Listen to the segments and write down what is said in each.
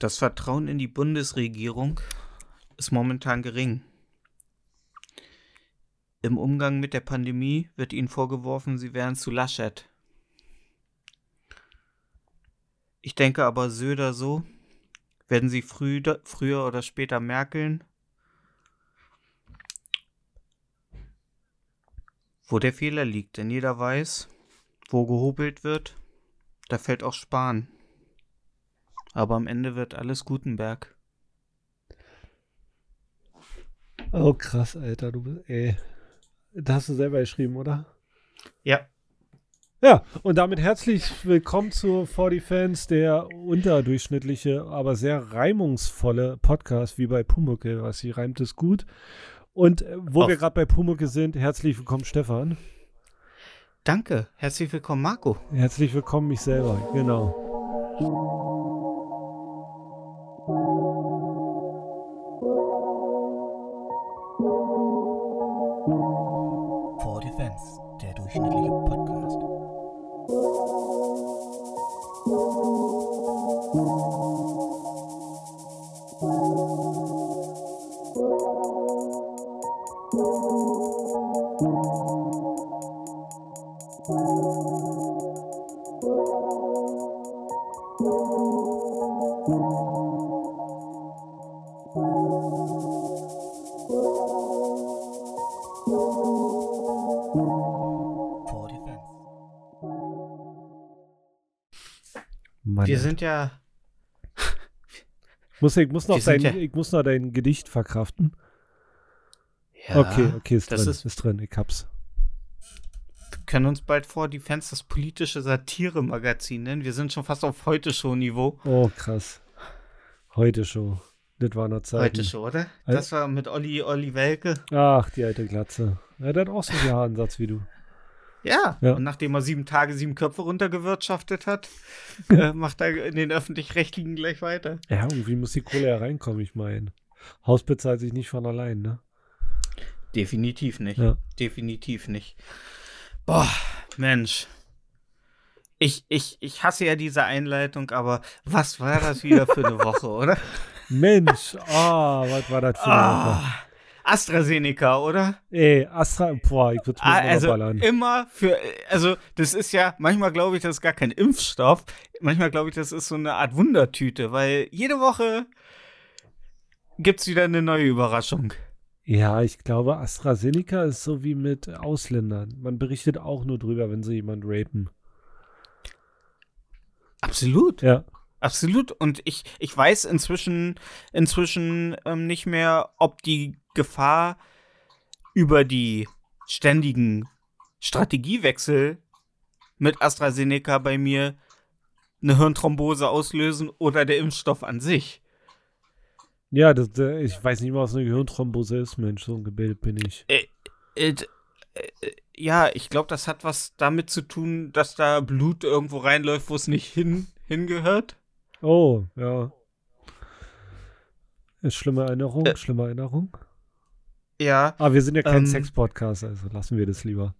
Das Vertrauen in die Bundesregierung ist momentan gering. Im Umgang mit der Pandemie wird ihnen vorgeworfen, sie wären zu Laschet. Ich denke aber Söder so, werden sie früher oder später merkeln, wo der Fehler liegt. Denn jeder weiß, wo gehobelt wird, da fällt auch Spahn. Aber am Ende wird alles Gutenberg. Oh krass, Alter, das hast du selber geschrieben, oder? Ja. Ja, und damit herzlich willkommen zu 40 Fans, der unterdurchschnittliche, aber sehr reimungsvolle Podcast, wie bei Pumuckl, was sie reimt es gut. Und wo wir gerade bei Pumuckl sind, herzlich willkommen Stefan. Danke, herzlich willkommen Marco. Herzlich willkommen mich selber, genau. Der durchschnittliche Podcast. Wir sind ja. Ich muss noch dein Gedicht verkraften. Ja, okay, ist drin, ich hab's. Wir können uns bald 40 Fans das politische Satire-Magazin nennen. Wir sind schon fast auf Heute-Show-Niveau. Oh, krass. Heute-Show. Das war noch Zeit. Heute-Show, oder? Das war mit Olli Welke. Ach, die alte Glatze. Ja, der hat auch so einen Haaransatz wie du. Ja, und nachdem er 7 Tage 7 Köpfe runtergewirtschaftet hat, macht er in den Öffentlich-Rechtlichen gleich weiter. Ja, irgendwie muss die Kohle ja reinkommen, ich meine. Haus bezahlt sich nicht von allein, ne? Definitiv nicht. Ja. Definitiv nicht. Boah, Mensch. Ich hasse ja diese Einleitung, aber was war das wieder für eine Woche, oder? Mensch, was war das für eine Woche? AstraZeneca, oder? Ich würde es mir ballern. Das ist ja, manchmal glaube ich, das ist gar kein Impfstoff. Manchmal glaube ich, das ist so eine Art Wundertüte, weil jede Woche gibt's wieder eine neue Überraschung. Ja, ich glaube, AstraZeneca ist so wie mit Ausländern. Man berichtet auch nur drüber, wenn sie jemanden rapen. Absolut. Ja. Absolut. Und ich weiß inzwischen nicht mehr, ob die Gefahr über die ständigen Strategiewechsel mit AstraZeneca bei mir eine Hirnthrombose auslösen oder der Impfstoff an sich. Ja, ich weiß nicht mal, was eine Gehirnthrombose ist, Mensch, so ein Gebildet bin ich. Ja, ich glaube, das hat was damit zu tun, dass da Blut irgendwo reinläuft, wo es nicht hingehört. Oh, ja. Ist schlimme Erinnerung. Ja. Aber wir sind ja kein Sex-Podcast, also lassen wir das lieber.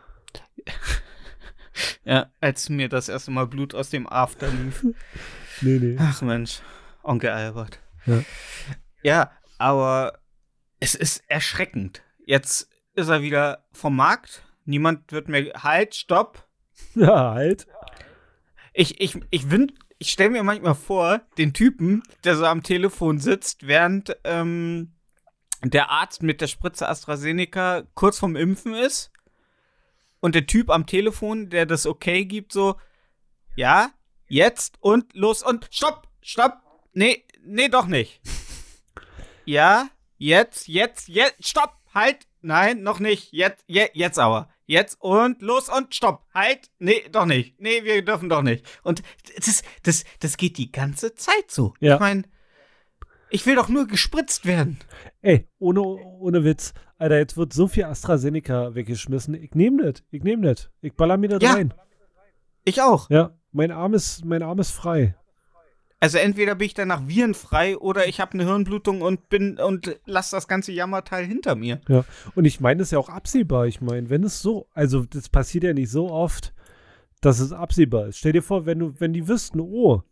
Ja, als mir das erste Mal Blut aus dem After lief. Nee. Ach Mensch, Onkel Albert. Ja. Ja, aber es ist erschreckend. Jetzt ist er wieder vom Markt. Niemand wird mehr. Halt, stopp. Ja, halt. Ich stelle mir manchmal vor, den Typen, der so am Telefon sitzt, während der Arzt mit der Spritze AstraZeneca kurz vorm Impfen ist. Und der Typ am Telefon, der das okay gibt, so, ja, jetzt und los und stopp. Nee, doch nicht. Ja, jetzt, stopp, halt, nein, noch nicht, jetzt aber. Jetzt und los und stopp. Halt. Nee, doch nicht. Nee, wir dürfen doch nicht. Und das geht die ganze Zeit so. Ja. Ich meine, ich will doch nur gespritzt werden. Ey, ohne Witz. Alter, jetzt wird so viel AstraZeneca weggeschmissen. Ich nehme das. Ich baller mir das rein. Ich auch. Ja, mein Arm ist frei. Also entweder bin ich danach virenfrei oder ich habe eine Hirnblutung und lass das ganze Jammerteil hinter mir. Ja, und ich meine, das ist ja auch absehbar. Ich meine, wenn es so, also das passiert ja nicht so oft, dass es absehbar ist. Stell dir vor, wenn die wüssten,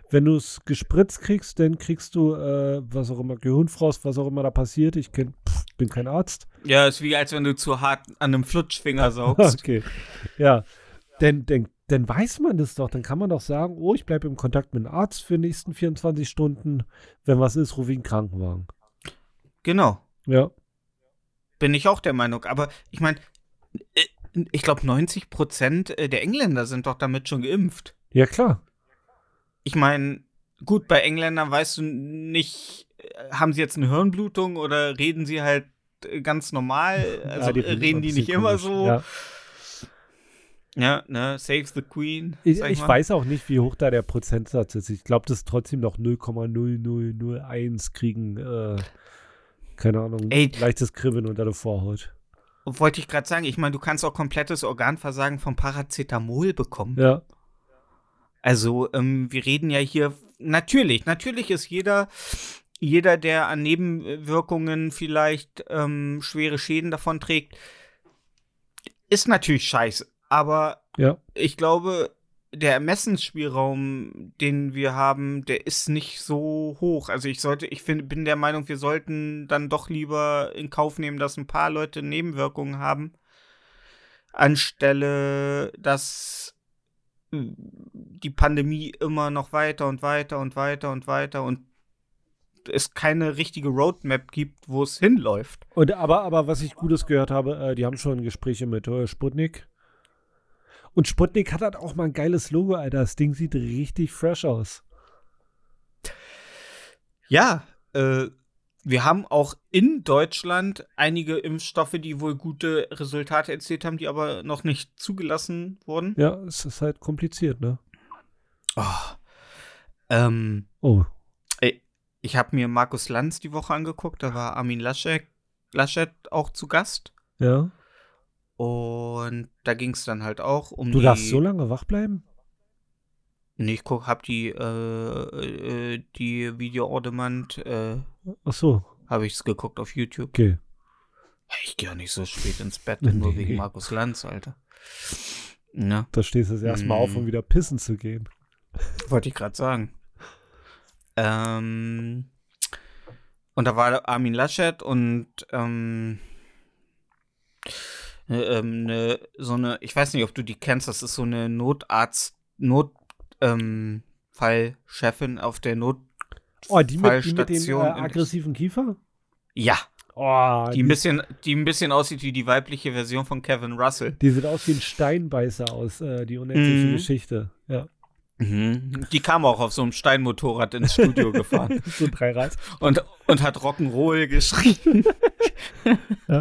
Wenn du es gespritzt kriegst, dann kriegst du, was auch immer, Gehirnfrost, was auch immer da passiert. Bin kein Arzt. Ja, ist wie als wenn du zu hart an einem Flutschfinger saugst. Okay. Ja. Dann weiß man das doch. Dann kann man doch sagen, oh, ich bleibe im Kontakt mit dem Arzt für die nächsten 24 Stunden. Wenn was ist, rufe ich einen Krankenwagen. Genau. Ja. Bin ich auch der Meinung. Aber ich meine, ich glaube 90% der Engländer sind doch damit schon geimpft. Ja, klar. Ich meine, gut, bei Engländern weißt du nicht, haben sie jetzt eine Hirnblutung oder reden sie halt ganz normal? Also die reden die nicht immer komisch. so? Ja. Ja, ne, Save the Queen. Ich weiß auch nicht, wie hoch da der Prozentsatz ist. Ich glaube, das ist trotzdem noch 0,0001 kriegen, keine Ahnung, leichtes Kribbeln unter der Vorhaut. Wollte ich gerade sagen, ich meine, du kannst auch komplettes Organversagen vom Paracetamol bekommen. Ja. Also, wir reden ja hier, natürlich ist jeder, der an Nebenwirkungen vielleicht schwere Schäden davon trägt, ist natürlich scheiße. Aber ich glaube, der Ermessensspielraum, den wir haben, der ist nicht so hoch. Also bin der Meinung, wir sollten dann doch lieber in Kauf nehmen, dass ein paar Leute Nebenwirkungen haben, anstelle, dass die Pandemie immer noch weiter und es keine richtige Roadmap gibt, wo es hinläuft. Aber was ich Gutes gehört habe, die haben schon Gespräche mit Sputnik. Und Sputnik hat halt auch mal ein geiles Logo, Alter. Das Ding sieht richtig fresh aus. Ja, wir haben auch in Deutschland einige Impfstoffe, die wohl gute Resultate erzielt haben, die aber noch nicht zugelassen wurden. Ja, es ist halt kompliziert, ne? Ich habe mir Markus Lanz die Woche angeguckt, da war Armin Laschet auch zu Gast. Ja. Und da ging es dann halt auch um Du darfst so lange wach bleiben? Nee, ich hab die Video on Demand Ach so. Habe ich es geguckt auf YouTube. Okay. Ich gehe ja nicht so spät ins Bett, nur wegen Markus Lanz, Alter. Ja. Da stehst du jetzt erstmal auf, um wieder pissen zu gehen. Wollte ich gerade sagen. Und da war Armin Laschet und ich weiß nicht, ob du die kennst, das ist so eine Notfallchefin auf der Notfallstation. Die mit dem aggressiven Kiefer? Ja. Die ein bisschen aussieht wie die weibliche Version von Kevin Russell. Die sieht aus wie ein Steinbeißer aus Die unendliche Geschichte. Ja. Die kam auch auf so einem Steinmotorrad ins Studio gefahren. So ein Dreirad. Und hat Rock'n'Roll geschrieben. Ja.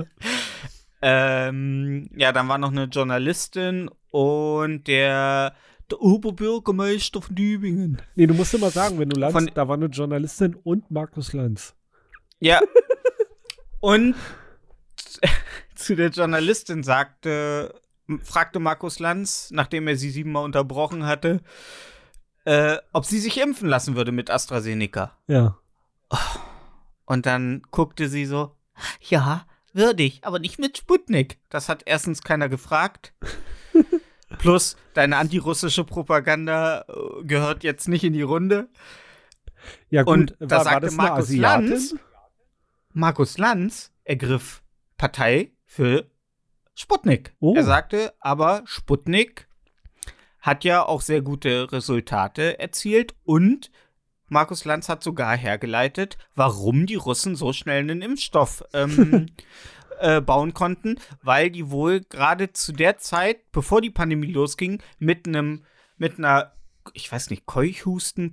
Dann war noch eine Journalistin und der Oberbürgermeister von Tübingen. Nee, du musst immer sagen, wenn du Lanz, da war eine Journalistin und Markus Lanz. Ja. Und zu der Journalistin fragte Markus Lanz, nachdem er sie 7-mal unterbrochen hatte, ob sie sich impfen lassen würde mit AstraZeneca. Ja. Und dann guckte sie so, ja, würde ich, aber nicht mit Sputnik. Das hat erstens keiner gefragt. Plus, deine antirussische Propaganda gehört jetzt nicht in die Runde. Ja gut, und da sagte das Markus Lanz ergriff Partei für Sputnik. Oh. Er sagte, aber Sputnik hat ja auch sehr gute Resultate erzielt und Markus Lanz hat sogar hergeleitet, warum die Russen so schnell einen Impfstoff bauen konnten, weil die wohl gerade zu der Zeit, bevor die Pandemie losging, mit einer, ich weiß nicht, Keuchhusten,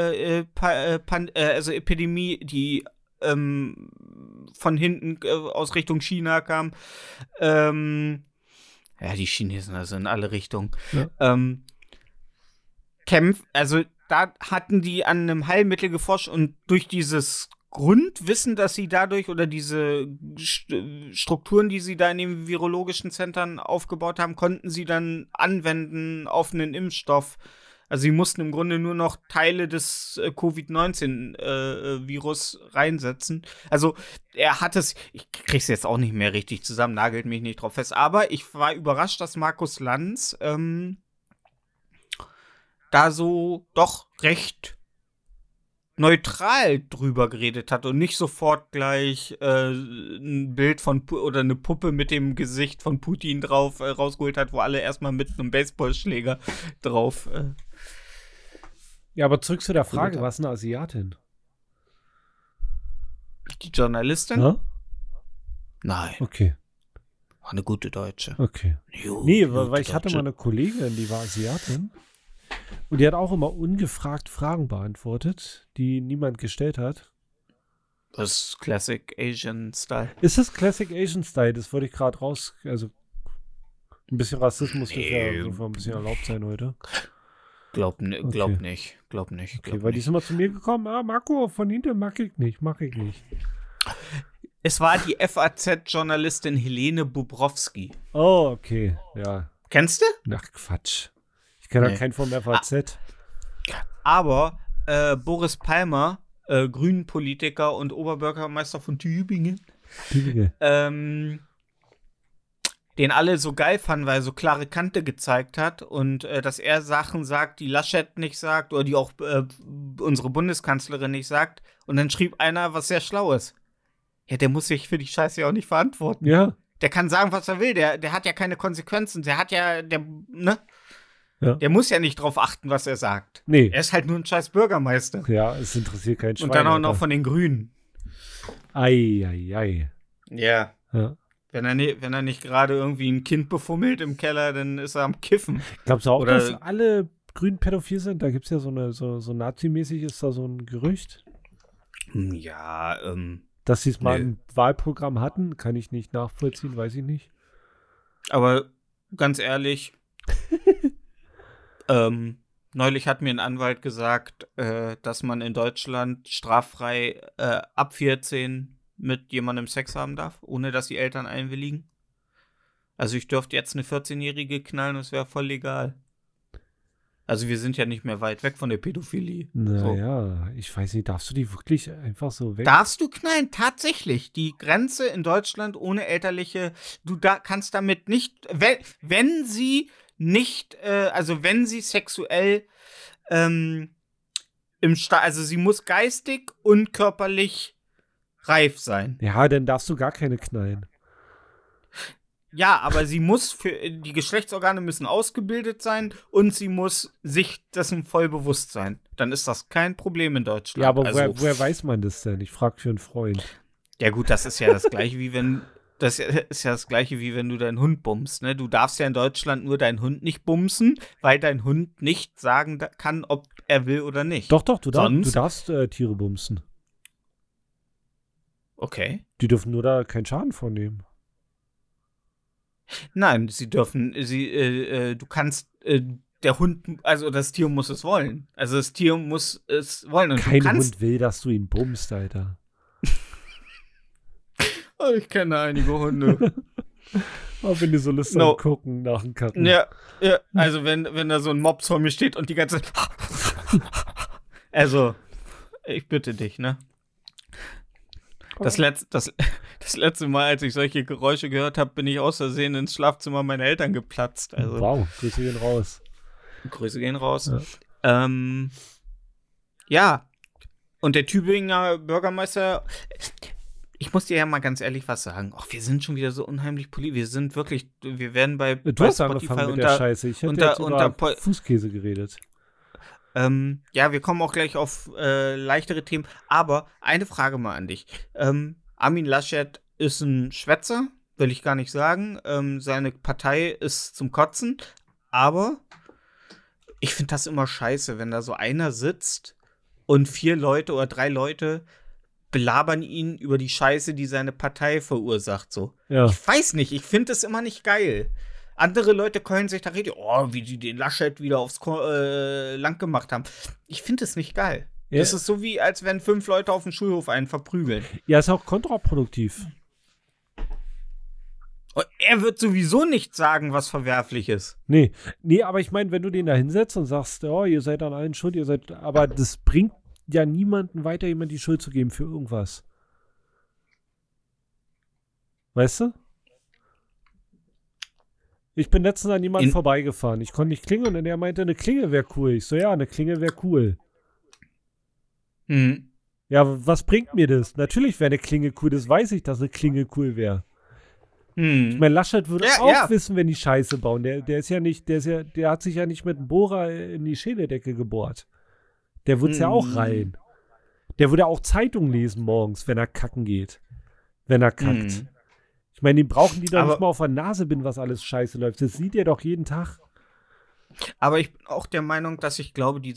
also Epidemie, die von hinten aus Richtung China kam. Die Chinesen, also in alle Richtungen. Ja. Also da hatten die an einem Heilmittel geforscht und durch dieses Grundwissen, dass sie dadurch oder diese Strukturen, die sie da in den virologischen Zentren aufgebaut haben, konnten sie dann anwenden auf einen Impfstoff. Also sie mussten im Grunde nur noch Teile des Covid-19-Virus reinsetzen. Also er hat es, ich krieg's jetzt auch nicht mehr richtig zusammen, nagelt mich nicht drauf fest, aber ich war überrascht, dass Markus Lanz da so doch recht neutral drüber geredet hat und nicht sofort gleich ein Bild oder eine Puppe mit dem Gesicht von Putin drauf rausgeholt hat, wo alle erstmal mit einem Baseballschläger drauf. Ja, aber zurück zu der Frage, was eine Asiatin? Die Journalistin? Ja? Nein. Okay. War eine gute Deutsche. Okay. Weil ich hatte mal eine Kollegin, die war Asiatin. Und die hat auch immer ungefragt Fragen beantwortet, die niemand gestellt hat. Das ist Classic Asian Style. Ist das Classic Asian Style? Das wollte ich gerade raus. Also, ein bisschen Rassismus dürfte ein bisschen erlaubt sein heute. Glaub nicht. Okay, weil die sind mal zu mir gekommen. Marco, von hinten mag ich nicht. Es war die FAZ-Journalistin Helene Bubrowski. Oh, okay, ja. Kennst du? Ach, Quatsch. Ich kenne ja keinen vom FAZ. Aber Boris Palmer, Grünen-Politiker und Oberbürgermeister von Tübingen, den alle so geil fanden, weil er so klare Kante gezeigt hat und dass er Sachen sagt, die Laschet nicht sagt oder die auch unsere Bundeskanzlerin nicht sagt. Und dann schrieb einer was sehr Schlaues. Ja, der muss sich für die Scheiße ja auch nicht verantworten. Ja. Der kann sagen, was er will. Der hat ja keine Konsequenzen. Ne? Ja. Der muss ja nicht drauf achten, was er sagt. Nee. Er ist halt nur ein scheiß Bürgermeister. Ja, es interessiert keinen Schwein. Und dann auch noch von den Grünen. Ei. Ja. Wenn er nicht gerade irgendwie ein Kind befummelt im Keller, dann ist er am Kiffen. Glaubst du auch, dass alle Grünen pädophil sind? Da gibt es ja so Nazi-mäßig ist da so ein Gerücht. Ja, dass sie es mal im Wahlprogramm hatten, kann ich nicht nachvollziehen, weiß ich nicht. Aber ganz ehrlich, neulich hat mir ein Anwalt gesagt, dass man in Deutschland straffrei ab 14 mit jemandem Sex haben darf, ohne dass die Eltern einwilligen. Also ich dürfte jetzt eine 14-Jährige knallen und es wäre voll legal. Also wir sind ja nicht mehr weit weg von der Pädophilie. Naja, ich weiß nicht, darfst du die wirklich einfach so weg? Darfst du knallen? Tatsächlich. Die Grenze in Deutschland ohne elterliche, kannst damit nicht, wenn sie nicht, wenn sie sexuell also sie muss geistig und körperlich reif sein. Ja, dann darfst du gar keine knallen. Ja, aber die Geschlechtsorgane müssen ausgebildet sein und sie muss sich dessen voll bewusst sein. Dann ist das kein Problem in Deutschland. Ja, aber woher weiß man das denn? Ich frage für einen Freund. Ja gut, das ist ja das Gleiche, wie wenn du deinen Hund bummst, ne? Du darfst ja in Deutschland nur deinen Hund nicht bumsen, weil dein Hund nicht sagen kann, ob er will oder nicht. Doch, du darfst Tiere bumsen. Okay. Die dürfen nur da keinen Schaden vornehmen. Nein, du kannst, der Hund, also das Tier muss es wollen. Also das Tier muss es wollen. Und kein Hund will, dass du ihn bummst, Alter. Oh, ich kenne einige Hunde. Aber wenn die so Lust gucken nach dem Kacken. Ja, also wenn da so ein Mops vor mir steht und die ganze Zeit also, ich bitte dich, ne? Das letzte Mal, als ich solche Geräusche gehört habe, bin ich aus Versehen ins Schlafzimmer meiner Eltern geplatzt. Also, wow, Grüße gehen raus. Grüße gehen raus. Ja, und der Tübinger Bürgermeister, ich muss dir ja mal ganz ehrlich was sagen. Ach, wir sind schon wieder so unheimlich politisch. Wir werden bei Spotify mit der Scheiße. Ich hätte jetzt über Fußkäse geredet. Ja, wir kommen auch gleich auf leichtere Themen. Aber eine Frage mal an dich. Armin Laschet ist ein Schwätzer, will ich gar nicht sagen. Seine Partei ist zum Kotzen. Aber ich finde das immer scheiße, wenn da so einer sitzt und 4 Leute oder 3 Leute belabern ihn über die Scheiße, die seine Partei verursacht. So. Ja. Ich weiß nicht, ich finde das immer nicht geil. Andere Leute können sich da reden, wie die den Laschet wieder aufs Land gemacht haben. Ich finde es nicht geil. Ja. Das ist so wie, als wenn 5 Leute auf dem Schulhof einen verprügeln. Ja, ist auch kontraproduktiv. Und er wird sowieso nicht sagen, was verwerflich ist. Nee, aber ich meine, wenn du den da hinsetzt und sagst, ihr seid an allen schuld, aber das bringt ja niemanden weiter, jemand die Schuld zu geben für irgendwas. Weißt du? Ich bin letztens an jemanden vorbeigefahren. Ich konnte nicht klingeln und er meinte, eine Klingel wäre cool. Ich so, ja, eine Klingel wäre cool. Hm. Ja, was bringt mir das? Natürlich wäre eine Klinge cool, das weiß ich, dass eine Klinge cool wäre. Ich meine, Laschet würde auch wissen, wenn die Scheiße bauen. Der ist ja nicht, der hat sich ja nicht mit einem Bohrer in die Schädeldecke gebohrt. Der würde es ja auch rein. Der würde auch Zeitung lesen morgens, wenn er kacken geht. Wenn er kackt. Ich meine, die brauchen die doch nicht mal auf der Nase binden, was alles scheiße läuft. Das sieht er doch jeden Tag. Aber ich bin auch der Meinung, dass ich glaube, die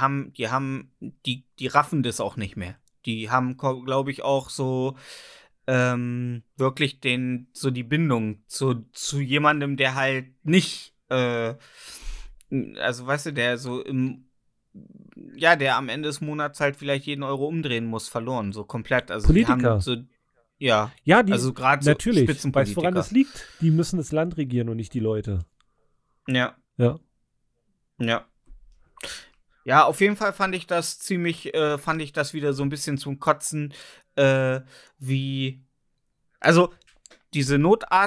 raffen das auch nicht mehr. Die haben, glaube ich, auch so wirklich die Bindung zu jemandem, der halt nicht, also weißt du, der so der am Ende des Monats halt vielleicht jeden Euro umdrehen muss, verloren, so komplett. Also Politiker. Die haben so, ja, also gerade natürlich, weißt du, woran das liegt? Die müssen das Land regieren und nicht die Leute. Ja. Ja, auf jeden Fall fand ich das wieder so ein bisschen zum Kotzen, also diese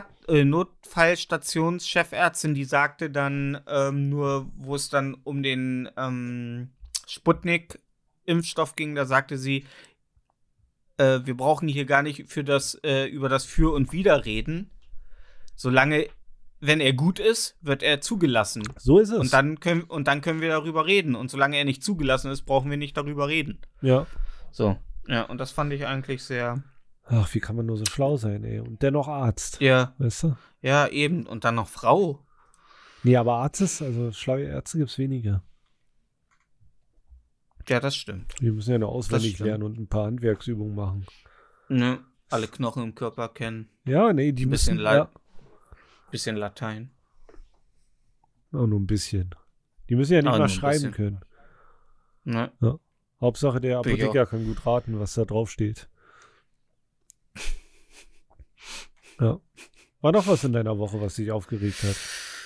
Notfallstationschefärztin, die sagte dann nur, wo es dann um den Sputnik-Impfstoff ging, da sagte sie, wir brauchen hier gar nicht über das Für und Wider reden. Solange, wenn er gut ist, wird er zugelassen. So ist es. Und dann können wir darüber reden. Und solange er nicht zugelassen ist, brauchen wir nicht darüber reden. Ja. So. Ja, und das fand ich eigentlich sehr. Ach, wie kann man nur so schlau sein, ey? Und dennoch Arzt. Ja. Weißt du? Ja, eben. Und dann noch Frau. Nee, aber also schlaue Ärzte gibt es wenige. Ja, das stimmt. Die müssen ja nur auswendig lernen und ein paar Handwerksübungen machen. Ne, alle Knochen im Körper kennen. Ja, nee, die müssen. Bisschen Latein. Auch nur ein bisschen. Die müssen ja nicht mal schreiben können. Ne. Ja. Hauptsache, der Apotheker kann gut raten, was da drauf steht. Ja. War noch was in deiner Woche, was dich aufgeregt hat?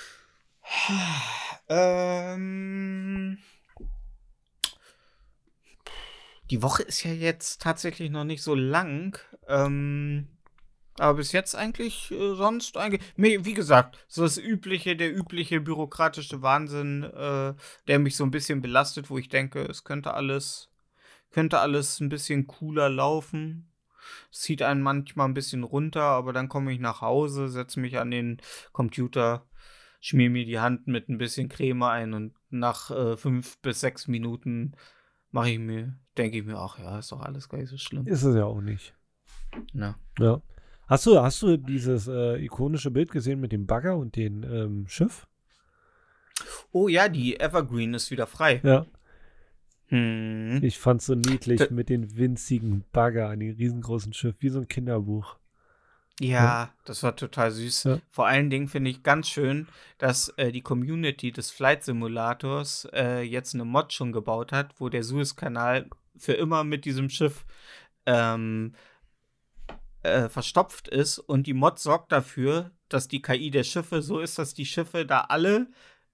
Die Woche ist ja jetzt tatsächlich noch nicht so lang. Aber bis jetzt eigentlich wie gesagt, so der übliche bürokratische Wahnsinn, der mich so ein bisschen belastet, wo ich denke, es könnte alles ein bisschen cooler laufen. Es zieht einen manchmal ein bisschen runter, aber dann komme ich nach Hause, setze mich an den Computer, schmier mir die Hand mit ein bisschen Creme ein und nach 5 bis 6 Minuten denke ich mir, ach ja, ist doch alles gar nicht so schlimm. Ist es ja auch nicht. Ja. Hast du dieses ikonische Bild gesehen mit dem Bagger und dem Schiff? Oh ja, die Evergreen ist wieder frei. Ja. Ich fand's so niedlich mit den winzigen Bagger an dem riesengroßen Schiff, wie so ein Kinderbuch. Ja, das war total süß. Ja. Vor allen Dingen finde ich ganz schön, dass die Community des Flight Simulators jetzt eine Mod schon gebaut hat, wo der Suezkanal für immer mit diesem Schiff verstopft ist. Und die Mod sorgt dafür, dass die KI der Schiffe so ist, dass die Schiffe da alle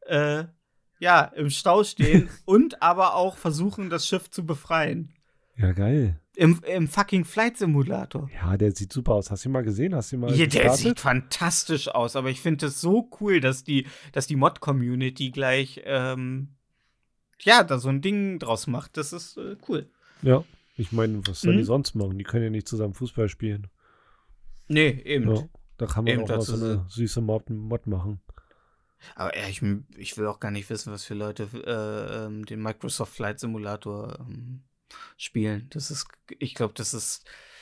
im Stau stehen und aber auch versuchen, das Schiff zu befreien. Ja, geil. Im fucking Flight Simulator. Ja, der siedt super aus. Hast du ihn mal gesehen? Ja, der sieht fantastisch aus. Aber ich finde es so cool, dass die Mod-Community gleich da so ein Ding draus macht. Das ist cool. Ja, ich meine, was sollen die sonst machen? Die können ja nicht zusammen Fußball spielen. Nee, eben. Ja, da kann man auch mal so eine süße Mod machen. Aber ich will auch gar nicht wissen, was für Leute den Microsoft Flight Simulator spielen. Ich glaube, das ist,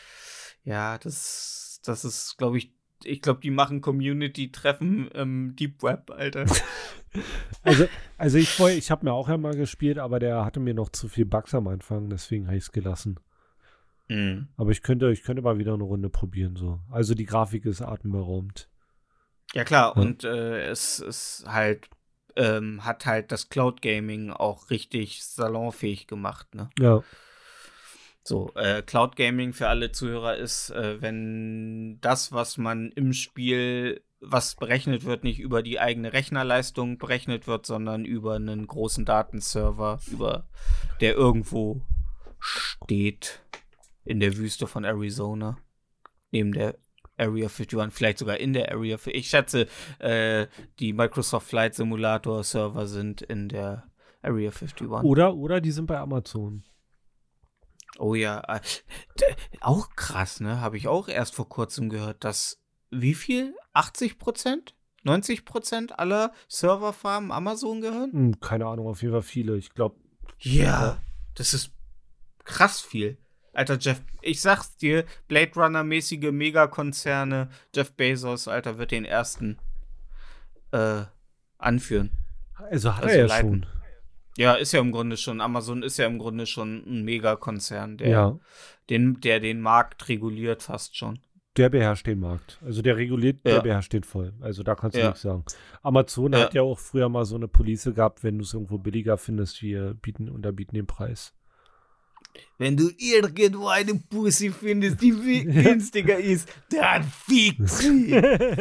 glaube ich glaube, die machen Community-Treffen im Deep Web, Alter. Also ich habe mir auch ja mal gespielt, aber der hatte mir noch zu viel Bugs am Anfang, deswegen habe ich es gelassen. Mhm. Aber ich könnte mal wieder eine Runde probieren, so. Also die Grafik ist atemberaubend. Ja, klar, und es ist halt, hat halt das Cloud Gaming auch richtig salonfähig gemacht, ne? Ja. So, Cloud Gaming für alle Zuhörer ist, wenn das, was man im Spiel, was berechnet wird, nicht über die eigene Rechnerleistung berechnet wird, sondern über einen großen Datenserver, der irgendwo steht in der Wüste von Arizona, neben der Area 51, vielleicht sogar in der Area 51. Ich schätze, die Microsoft Flight Simulator Server sind in der Area 51. Oder die sind bei Amazon. Oh ja, auch krass, ne? Habe ich auch erst vor kurzem gehört, dass wie viel? 80%? 90% aller Serverfarmen Amazon gehören? Keine Ahnung, auf jeden Fall viele. Ich glaube. Ja, das ist krass viel. Alter, ich sag's dir, Blade Runner-mäßige Megakonzerne, Jeff Bezos, Alter, wird den ersten anführen. Also hat er ja leiten. schon. Ja, ist ja im Grunde schon. Amazon ist ja im Grunde schon ein Megakonzern, der den Markt reguliert fast schon. Der beherrscht den Markt. Also der reguliert, der beherrscht den voll. Also da kannst du nichts sagen. Amazon hat ja auch früher mal so eine Police gehabt, wenn du es irgendwo billiger findest, wir unterbieten den Preis. Wenn du irgendwo eine Pussy findest, die günstiger ist, dann fick sie.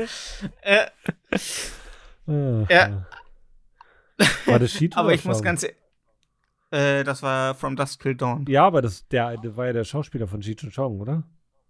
War das Cheat? Aber ich muss das war From Dusk Till Dawn. Ja, aber der war ja der Schauspieler von Cheech und Chong, oder?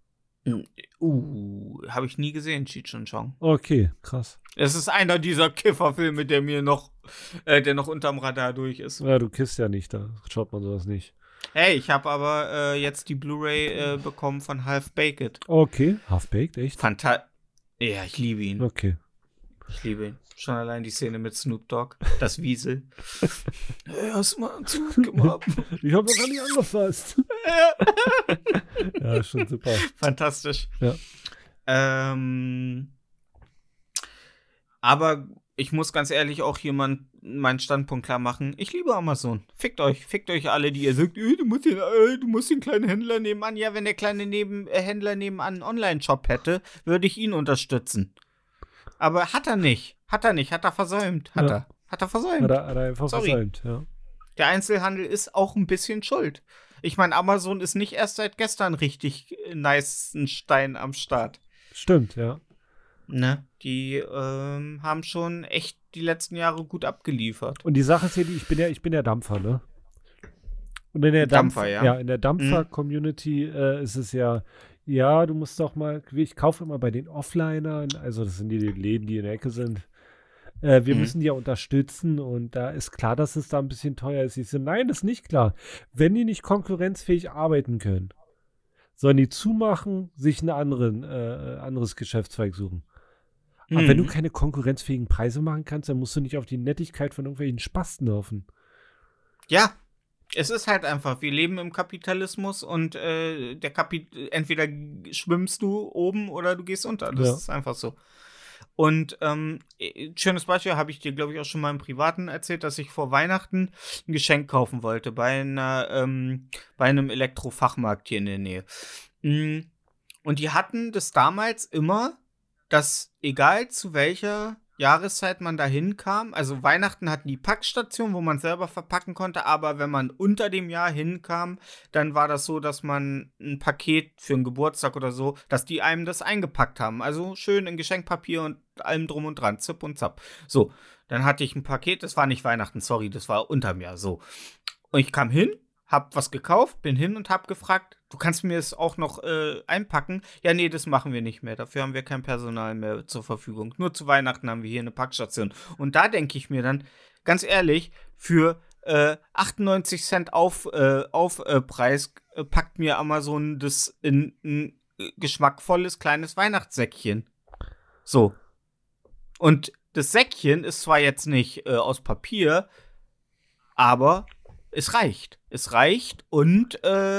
Habe ich nie gesehen, Cheech und Chong. Okay, krass. Es ist einer dieser Kifferfilme, der noch unterm Radar durch ist. Ja, du kiffst ja nicht, da schaut man sowas nicht. Hey, ich habe aber jetzt die Blu-ray bekommen von Half Baked. Okay, Half Baked, echt? Ja, ich liebe ihn. Okay. Ich liebe ihn. Schon allein die Szene mit Snoop Dogg, das Wiesel. Hey, hast du mal einen Zug gemacht? Ich habe doch gar nicht angefasst. Ja, schon super. Fantastisch. Ja. Aber ich muss ganz ehrlich auch hier meinen Standpunkt klar machen. Ich liebe Amazon. Fickt euch alle, die ihr sagt, du musst den kleinen Händler nebenan. Ja, wenn der kleine Händler nebenan einen Online-Shop hätte, würde ich ihn unterstützen. Aber hat er nicht. Hat er versäumt. Hat er versäumt. Hat er einfach versäumt, ja. Der Einzelhandel ist auch ein bisschen schuld. Ich meine, Amazon ist nicht erst seit gestern richtig nice Stein am Start. Stimmt, ja. Ne? Die haben schon echt die letzten Jahre gut abgeliefert. Und die Sache ist hier, ich bin ja Dampfer, ne? Und in der Dampfer, ja. Ja, in der Dampfer-Community ist es ja, du musst doch mal, ich kaufe immer bei den Offlinern, also das sind die Läden, die in der Ecke sind. Wir müssen die ja unterstützen und da ist klar, dass es da ein bisschen teuer ist. Ich so, nein, das ist nicht klar. Wenn die nicht konkurrenzfähig arbeiten können, sollen die zumachen, sich ein anderes Geschäftszweig suchen. Aber wenn du keine konkurrenzfähigen Preise machen kannst, dann musst du nicht auf die Nettigkeit von irgendwelchen Spasten hoffen. Ja, es ist halt einfach, wir leben im Kapitalismus und entweder schwimmst du oben oder du gehst unter. Das ist einfach so. Und schönes Beispiel habe ich dir, glaube ich, auch schon mal im Privaten erzählt, dass ich vor Weihnachten ein Geschenk kaufen wollte bei einem Elektrofachmarkt hier in der Nähe. Und die hatten das damals immer, dass egal zu welcher Jahreszeit man da hinkam, also Weihnachten hatten die Packstation, wo man selber verpacken konnte, aber wenn man unter dem Jahr hinkam, dann war das so, dass man ein Paket für einen Geburtstag oder so, dass die einem das eingepackt haben. Also schön in Geschenkpapier und allem drum und dran, zip und zap. So, dann hatte ich ein Paket, das war nicht Weihnachten, sorry, das war unterm Jahr, so. Und ich kam hin, hab was gekauft, bin hin und hab gefragt, du kannst mir es auch noch einpacken? Ja, nee, das machen wir nicht mehr. Dafür haben wir kein Personal mehr zur Verfügung. Nur zu Weihnachten haben wir hier eine Packstation. Und da denke ich mir dann, ganz ehrlich, für 98 Cent Aufpreis packt mir Amazon das in ein geschmackvolles kleines Weihnachtssäckchen. So. Und das Säckchen ist zwar jetzt nicht aus Papier, aber es reicht. Es reicht und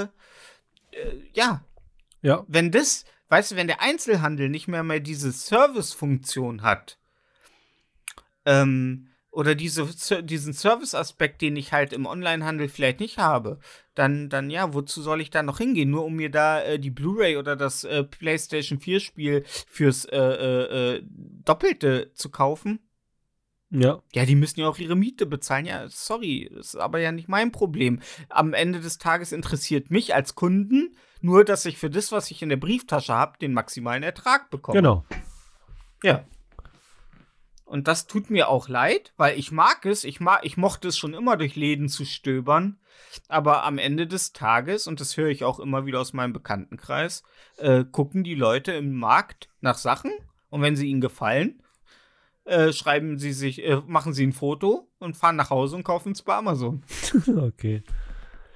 ja. Wenn wenn der Einzelhandel nicht mehr diese Service-Funktion hat, oder diesen Service-Aspekt, den ich halt im Onlinehandel vielleicht nicht habe, dann ja, wozu soll ich da noch hingehen? Nur um mir da die Blu-ray oder das PlayStation 4-Spiel fürs Doppelte zu kaufen? Ja. Ja, die müssen ja auch ihre Miete bezahlen. Ja, sorry, das ist aber ja nicht mein Problem. Am Ende des Tages interessiert mich als Kunden nur, dass ich für das, was ich in der Brieftasche habe, den maximalen Ertrag bekomme. Genau. Ja. Und das tut mir auch leid, weil ich mag es. Ich mochte es schon immer, durch Läden zu stöbern. Aber am Ende des Tages, und das höre ich auch immer wieder aus meinem Bekanntenkreis, gucken die Leute im Markt nach Sachen. Und wenn sie ihnen gefallen, machen sie ein Foto und fahren nach Hause und kaufen es bei Amazon. Okay.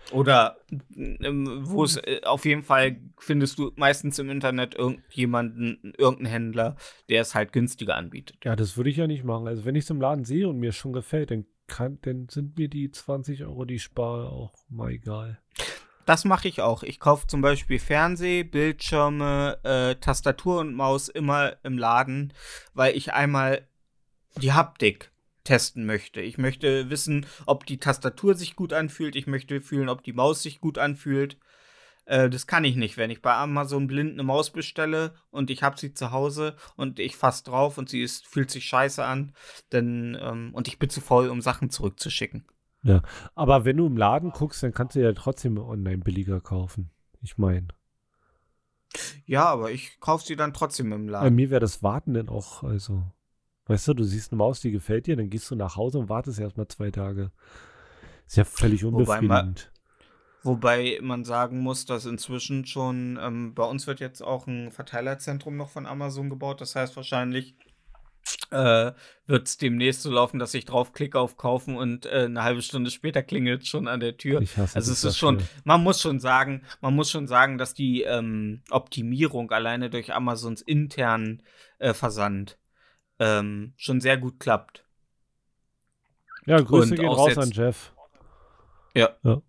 Oder wo es auf jeden Fall findest du meistens im Internet irgendeinen Händler, der es halt günstiger anbietet. Ja, das würde ich ja nicht machen. Also wenn ich es im Laden sehe und mir schon gefällt, dann sind mir die 20 Euro, die ich spare, auch mal egal. Das mache ich auch. Ich kaufe zum Beispiel Bildschirme, Tastatur und Maus immer im Laden, weil ich einmal die Haptik testen möchte. Ich möchte wissen, ob die Tastatur sich gut anfühlt. Ich möchte fühlen, ob die Maus sich gut anfühlt. Das kann ich nicht, wenn ich bei Amazon blind eine Maus bestelle und ich habe sie zu Hause und ich fasse drauf und fühlt sich scheiße an, und ich bin zu faul, um Sachen zurückzuschicken. Ja, aber wenn du im Laden guckst, dann kannst du ja trotzdem online billiger kaufen. Ich meine. Ja, aber ich kaufe sie dann trotzdem im Bei Laden. mir wäre das Warten dann auch, also, weißt du siehst eine Maus, die gefällt dir, dann gehst du nach Hause und wartest erstmal 2 Tage. Ist ja völlig unbefriedigend. Wobei man sagen muss, dass inzwischen schon, bei uns wird jetzt auch ein Verteilerzentrum noch von Amazon gebaut. Das heißt, wahrscheinlich wird es demnächst so laufen, dass ich draufklicke auf Kaufen und eine halbe Stunde später klingelt schon an der Tür. Ich hasse Also das es ist dafür. schon, man muss schon sagen, dass die Optimierung alleine durch Amazons internen Versand schon sehr gut klappt. Ja, Grüße Und gehen auch raus jetzt- an Jeff. Ja. Ja.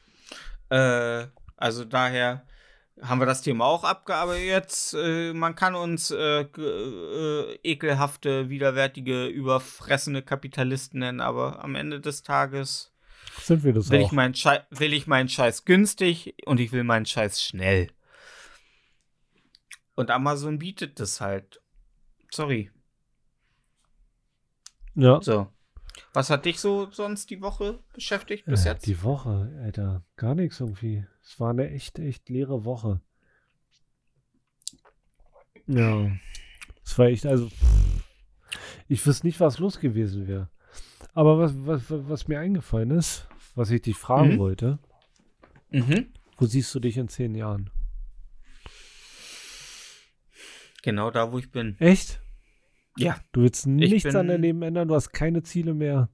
Also daher haben wir das Thema auch abgearbeitet. Jetzt, man kann uns ekelhafte, widerwärtige, überfressene Kapitalisten nennen, aber am Ende des Tages Sind wir das will auch? ich meinen Scheiß günstig und ich will meinen Scheiß schnell. Und Amazon bietet das halt. Sorry. Ja. So. Was hat dich so sonst die Woche beschäftigt bis jetzt? Die Woche, Alter. Gar nichts irgendwie. Es war eine echt leere Woche. Ja. Es war echt, also, ich wüsste nicht, was los gewesen wäre. Aber was mir eingefallen ist, was ich dich fragen wollte, wo siehst du dich in 10 Jahren? Genau da, wo ich bin. Echt? Ja. Du willst nichts bin- an deinem Leben ändern, du hast keine Ziele mehr.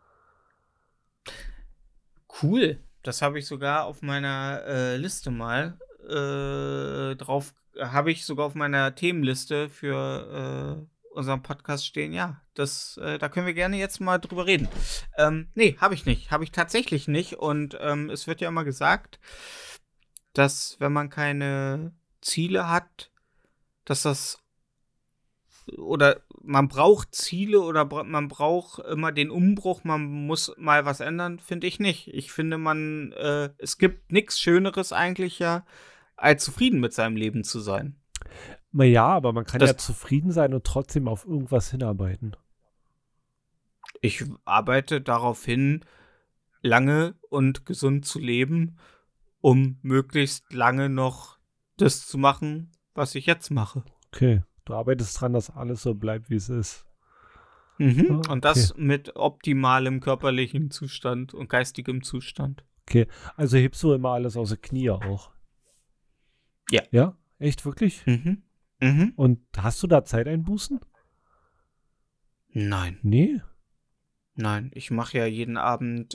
Cool. Das habe ich sogar auf meiner Liste mal habe ich sogar auf meiner Themenliste für unseren Podcast stehen. Ja, da können wir gerne jetzt mal drüber reden. Nee, habe ich nicht. Habe ich tatsächlich nicht. Und es wird ja immer gesagt, dass wenn man keine Ziele hat, dass das oder man braucht Ziele oder man braucht immer den Umbruch, man muss mal was ändern, finde ich nicht. Ich finde, es gibt nichts Schöneres eigentlich ja, als zufrieden mit seinem Leben zu sein. Naja, aber man kann ja zufrieden sein und trotzdem auf irgendwas hinarbeiten. Ich arbeite darauf hin, lange und gesund zu leben, um möglichst lange noch das zu machen, was ich jetzt mache. Okay. Du arbeitest dran, dass alles so bleibt, wie es ist. Okay. Und das mit optimalem körperlichen Zustand und geistigem Zustand. Okay, also hebst du immer alles außer Knie auch? Ja. Ja? Echt, wirklich? Und hast du da Zeiteinbußen? Nein. Nee? Nein, ich mache ja jeden Abend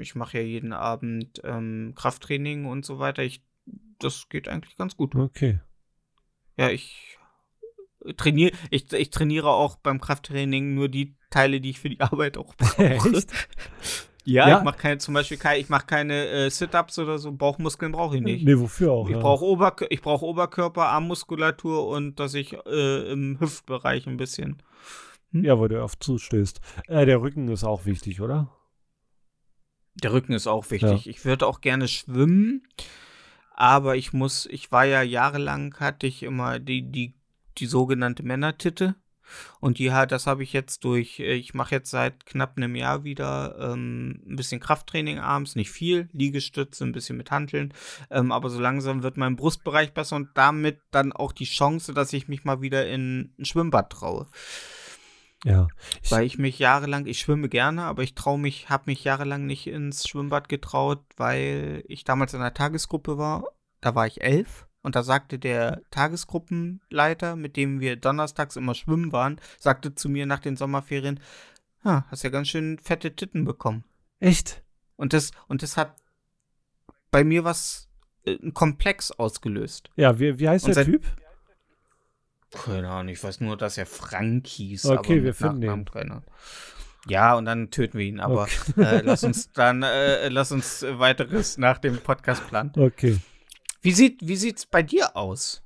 Krafttraining und so weiter. Das geht eigentlich ganz gut. Okay. Ja, ich trainiere auch beim Krafttraining nur die Teile, die ich für die Arbeit auch brauche. Echt? Ja, ich mache keine Sit-Ups oder so. Bauchmuskeln brauche ich nicht. Nee, wofür auch? Ich brauche Oberkörper, Armmuskulatur und dass ich im Hüftbereich ein bisschen. Ja, weil du oft zustößt. Der Rücken ist auch wichtig, oder? Der Rücken ist auch wichtig. Ja. Ich würde auch gerne schwimmen, aber war ja jahrelang, hatte ich immer die sogenannte Männertitte. Und das habe ich jetzt ich mache jetzt seit knapp einem Jahr wieder ein bisschen Krafttraining abends, nicht viel, Liegestütze, ein bisschen mit Hanteln, aber so langsam wird mein Brustbereich besser und damit dann auch die Chance, dass ich mich mal wieder in ein Schwimmbad traue. Ja. Weil ich schwimme gerne, aber habe mich jahrelang nicht ins Schwimmbad getraut, weil ich damals in einer Tagesgruppe war, da war ich 11. Und da sagte der Tagesgruppenleiter, mit dem wir donnerstags immer schwimmen waren, sagte zu mir nach den Sommerferien, hast ja ganz schön fette Titten bekommen. Echt? Und das hat bei mir ein Komplex ausgelöst. Ja, wie heißt Und der Typ? Keine Ahnung, ich weiß nur, dass er Frank hieß. Okay, aber wir finden Nachnamen ihn. keine Ahnung. Ja, und dann töten wir ihn, aber lass uns weiteres nach dem Podcast planen. Okay. Wie sieht's bei dir aus?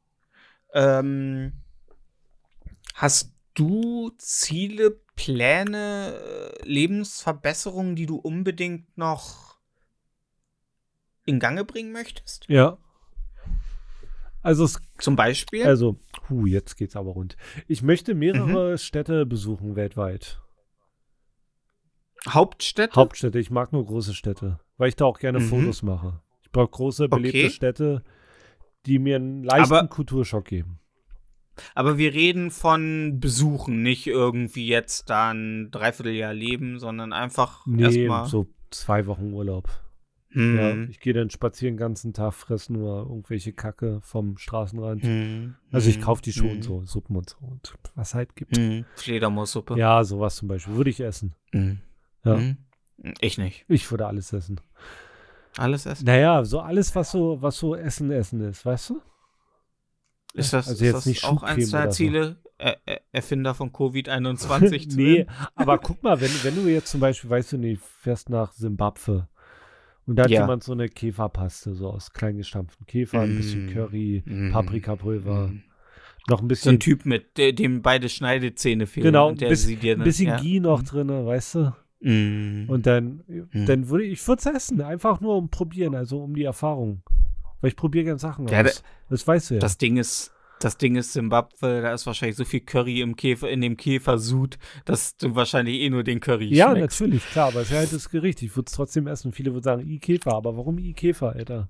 Hast du Ziele, Pläne, Lebensverbesserungen, die du unbedingt noch in Gange bringen möchtest? Ja. Also, Zum Beispiel? jetzt geht's aber rund. Ich möchte mehrere Städte besuchen weltweit. Hauptstädte? Hauptstädte, ich mag nur große Städte, weil ich da auch gerne Fotos mache. Ich brauche große, belebte Städte, die mir einen leichten Kulturschock geben. Aber wir reden von Besuchen, nicht irgendwie jetzt da ein Dreivierteljahr leben, sondern einfach erstmal so 2 Wochen Urlaub. Ja, ich gehe dann spazieren den ganzen Tag, fress nur irgendwelche Kacke vom Straßenrand. Also ich kaufe die schon so, Suppen und so und was halt gibt. Fledermaussuppe. Ja, sowas zum Beispiel. Würde ich essen. Ja. Ich nicht. Ich würde alles essen. Alles essen? Naja, so alles, was so Essen ist, weißt du? Ist das, also jetzt nicht auch eins deiner Ziele, Erfinder von Covid-21 zu Nee, aber guck mal, wenn du jetzt zum Beispiel, weißt du nicht, fährst nach Simbabwe und da hat jemand so eine Käferpaste, so aus klein gestampften Käfer, ein bisschen Curry, Paprikapulver, noch ein bisschen. So ein Typ, mit dem beide Schneidezähne fehlen. Genau, und ein bisschen Ghee noch drin, weißt du? Und dann würde ich es essen, einfach nur um probieren, also um die Erfahrung. Weil ich probiere gerne Sachen aus. Das weißt du ja. Das Ding ist Simbabwe, da ist wahrscheinlich so viel Curry in dem Käfersud, dass du wahrscheinlich nur den Curry schmeckst. Ja, natürlich, klar, aber es ist ja halt das Gericht. Ich würde es trotzdem essen. Viele würden sagen, Käfer, aber warum Käfer, Alter?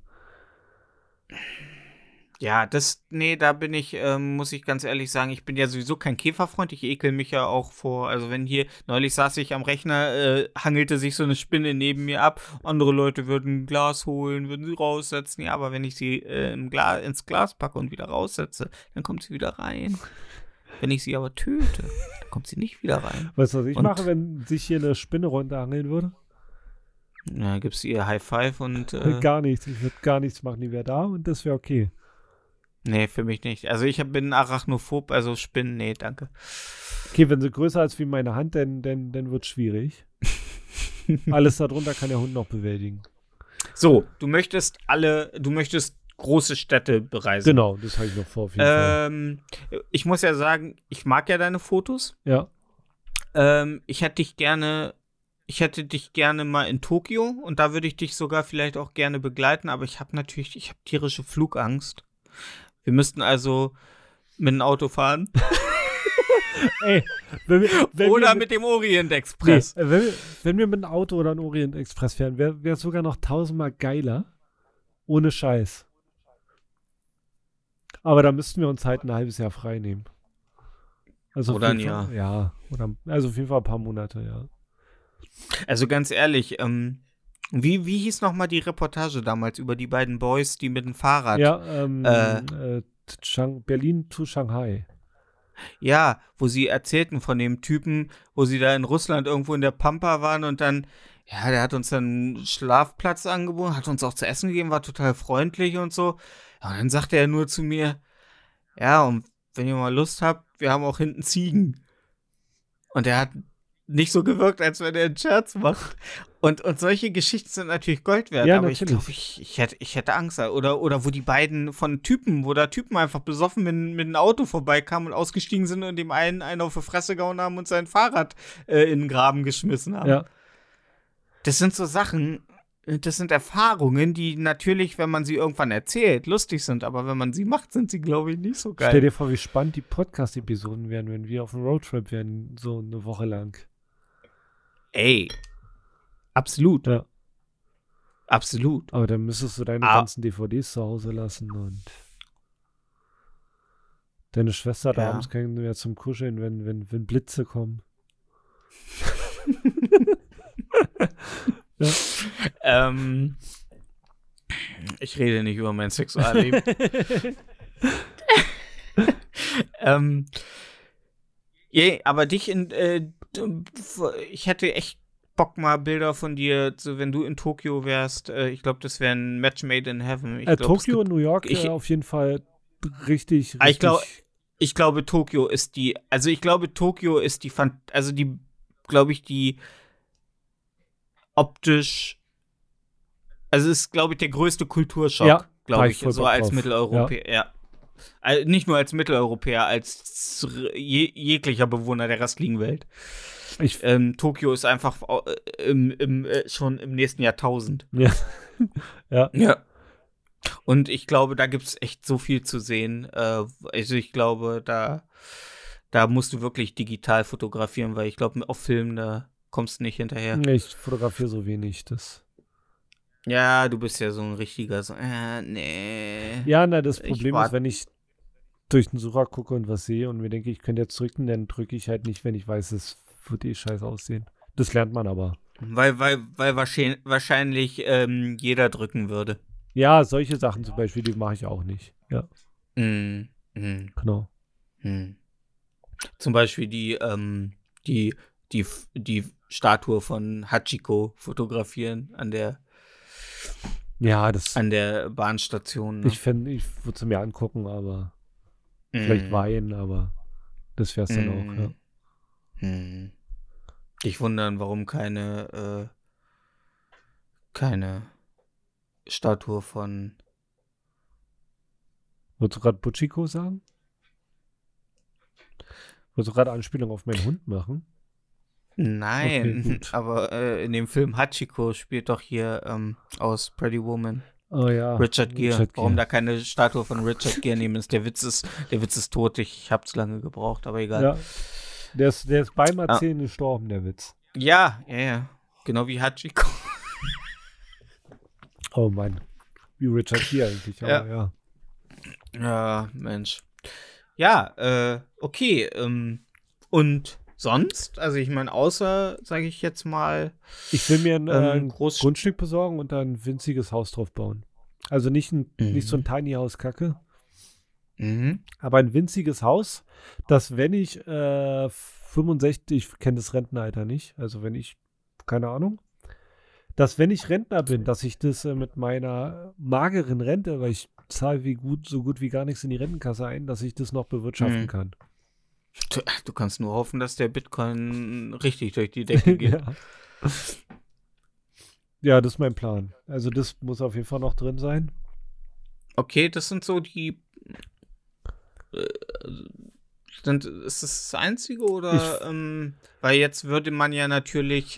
Ja, da bin ich, muss ich ganz ehrlich sagen, ich bin ja sowieso kein Käferfreund. Ich ekel mich ja auch vor, also wenn neulich saß ich am Rechner, hangelte sich so eine Spinne neben mir ab. Andere Leute würden ein Glas holen, würden sie raussetzen. Ja, aber wenn ich sie ins Glas packe und wieder raussetze, dann kommt sie wieder rein. Wenn ich sie aber töte, dann kommt sie nicht wieder rein. Weißt du, was ich mache, wenn sich hier eine Spinne runterhangeln würde? Na, gibst du ihr High Five und gar nichts. Ich würde gar nichts machen, die wäre da und das wäre okay. Nee, für mich nicht. Also ich bin Arachnophob, also Spinnen, nee, danke. Okay, wenn sie größer ist wie meine Hand, dann wird es schwierig. Alles darunter kann der Hund noch bewältigen. So, du möchtest große Städte bereisen. Genau, das habe ich noch vor, auf jeden Fall. Ich muss ja sagen, ich mag ja deine Fotos. Ja. Ich hätte dich gerne mal in Tokio und da würde ich dich sogar vielleicht auch gerne begleiten, aber ich habe tierische Flugangst. Wir müssten also mit dem Auto fahren. Ey, oder mit dem Orient Express. Nee, wenn wir mit dem Auto oder dem Orient Express fahren, wäre es sogar noch 1000-mal geiler. Ohne Scheiß. Aber da müssten wir uns halt ein halbes Jahr frei nehmen. Also oder ein Jahr. Ja, also auf jeden Fall ein paar Monate, ja. Also ganz ehrlich, wie hieß nochmal die Reportage damals über die beiden Boys, die mit dem Fahrrad? Ja, Berlin to Shanghai. Ja, wo sie erzählten von dem Typen, wo sie da in Russland irgendwo in der Pampa waren und dann, ja, der hat uns dann einen Schlafplatz angeboten, hat uns auch zu essen gegeben, war total freundlich und so. Ja, und dann sagte er nur zu mir, ja, und wenn ihr mal Lust habt, wir haben auch hinten Ziegen. Und er hat nicht so gewirkt, als wenn er einen Scherz macht. Und solche Geschichten sind natürlich Gold wert, ja, aber natürlich. ich glaube, ich hätte Angst. Oder wo die beiden wo da Typen einfach besoffen mit einem Auto vorbeikamen und ausgestiegen sind und dem einen auf die Fresse gehauen haben und sein Fahrrad in den Graben geschmissen haben. Ja. Das sind so Sachen, das sind Erfahrungen, die natürlich, wenn man sie irgendwann erzählt, lustig sind, aber wenn man sie macht, sind sie, glaube ich, nicht so geil. Stell dir vor, wie spannend die Podcast-Episoden wären, wenn wir auf einem Roadtrip wären, so eine Woche lang. Ey, absolut. Ja. Absolut. Aber dann müsstest du deine ganzen DVDs zu Hause lassen und deine Schwester hat abends keinen mehr zum Kuscheln, wenn Blitze kommen. Ja. Ich rede nicht über mein Sexualleben. Aber dich ich hätte echt Bock, mal Bilder von dir, wenn du in Tokio wärst. Ich glaube, das wäre ein Match made in heaven. Tokio und New York auf jeden Fall richtig. Ich glaube, Tokio ist die, glaube ich, die optisch, also ist, glaube ich, der größte Kulturschock, glaube ich, so als Mitteleuropäer. Ja. Nicht nur als Mitteleuropäer, als jeglicher Bewohner der restlichen Welt. Tokio ist einfach schon im nächsten Jahrtausend. Ja. Ja. Und ich glaube, da gibt es echt so viel zu sehen. Also ich glaube, da musst du wirklich digital fotografieren, weil ich glaube, auf Film, da kommst du nicht hinterher. Ich fotografiere so wenig, Ja, du bist ja so ein richtiger, nee. Ja, das Problem ist, wenn ich durch den Sucher gucke und was sehe und mir denke, ich könnte jetzt drücken, dann drücke ich halt nicht, wenn ich weiß, es wird scheiße aussehen. Das lernt man aber. Weil wahrscheinlich jeder drücken würde. Ja, solche Sachen zum Beispiel, die mache ich auch nicht. Ja. Genau. Zum Beispiel die Statue von Hachiko fotografieren an der Bahnstation. Ne? Ich würde es mir angucken, aber vielleicht weinen, aber das wäre es dann auch, ja. Ich wundere, warum keine Statue von. Wolltest du gerade Butchiko sagen? Wolltest du gerade Anspielung auf meinen Hund machen? Nein, okay, aber in dem Film Hachiko spielt doch hier aus Pretty Woman. Oh ja. Richard Gere. Warum da keine Statue von Richard Gere nehmen ist. Der Witz ist tot. Ich hab's lange gebraucht, aber egal. Ja. Der ist beim Erzählen gestorben, der Witz. Ja. Genau wie Hachiko. Oh Mann. Wie Richard Gere eigentlich, aber ja. Ja, Mensch. Ja, okay. Und sonst? Also ich meine, außer, sage ich jetzt mal. Ich will mir ein Grundstück besorgen und da ein winziges Haus drauf bauen. Also nicht so ein Tiny House Kacke. Aber ein winziges Haus, dass wenn ich 65, ich kenne das Rentenalter nicht, also wenn ich, keine Ahnung, dass wenn ich Rentner bin, dass ich das mit meiner mageren Rente, weil ich zahle so gut wie gar nichts in die Rentenkasse ein, dass ich das noch bewirtschaften kann. Du kannst nur hoffen, dass der Bitcoin richtig durch die Decke geht. Ja, das ist mein Plan. Also das muss auf jeden Fall noch drin sein. Okay, das sind so die ist das Einzige oder weil jetzt würde man ja natürlich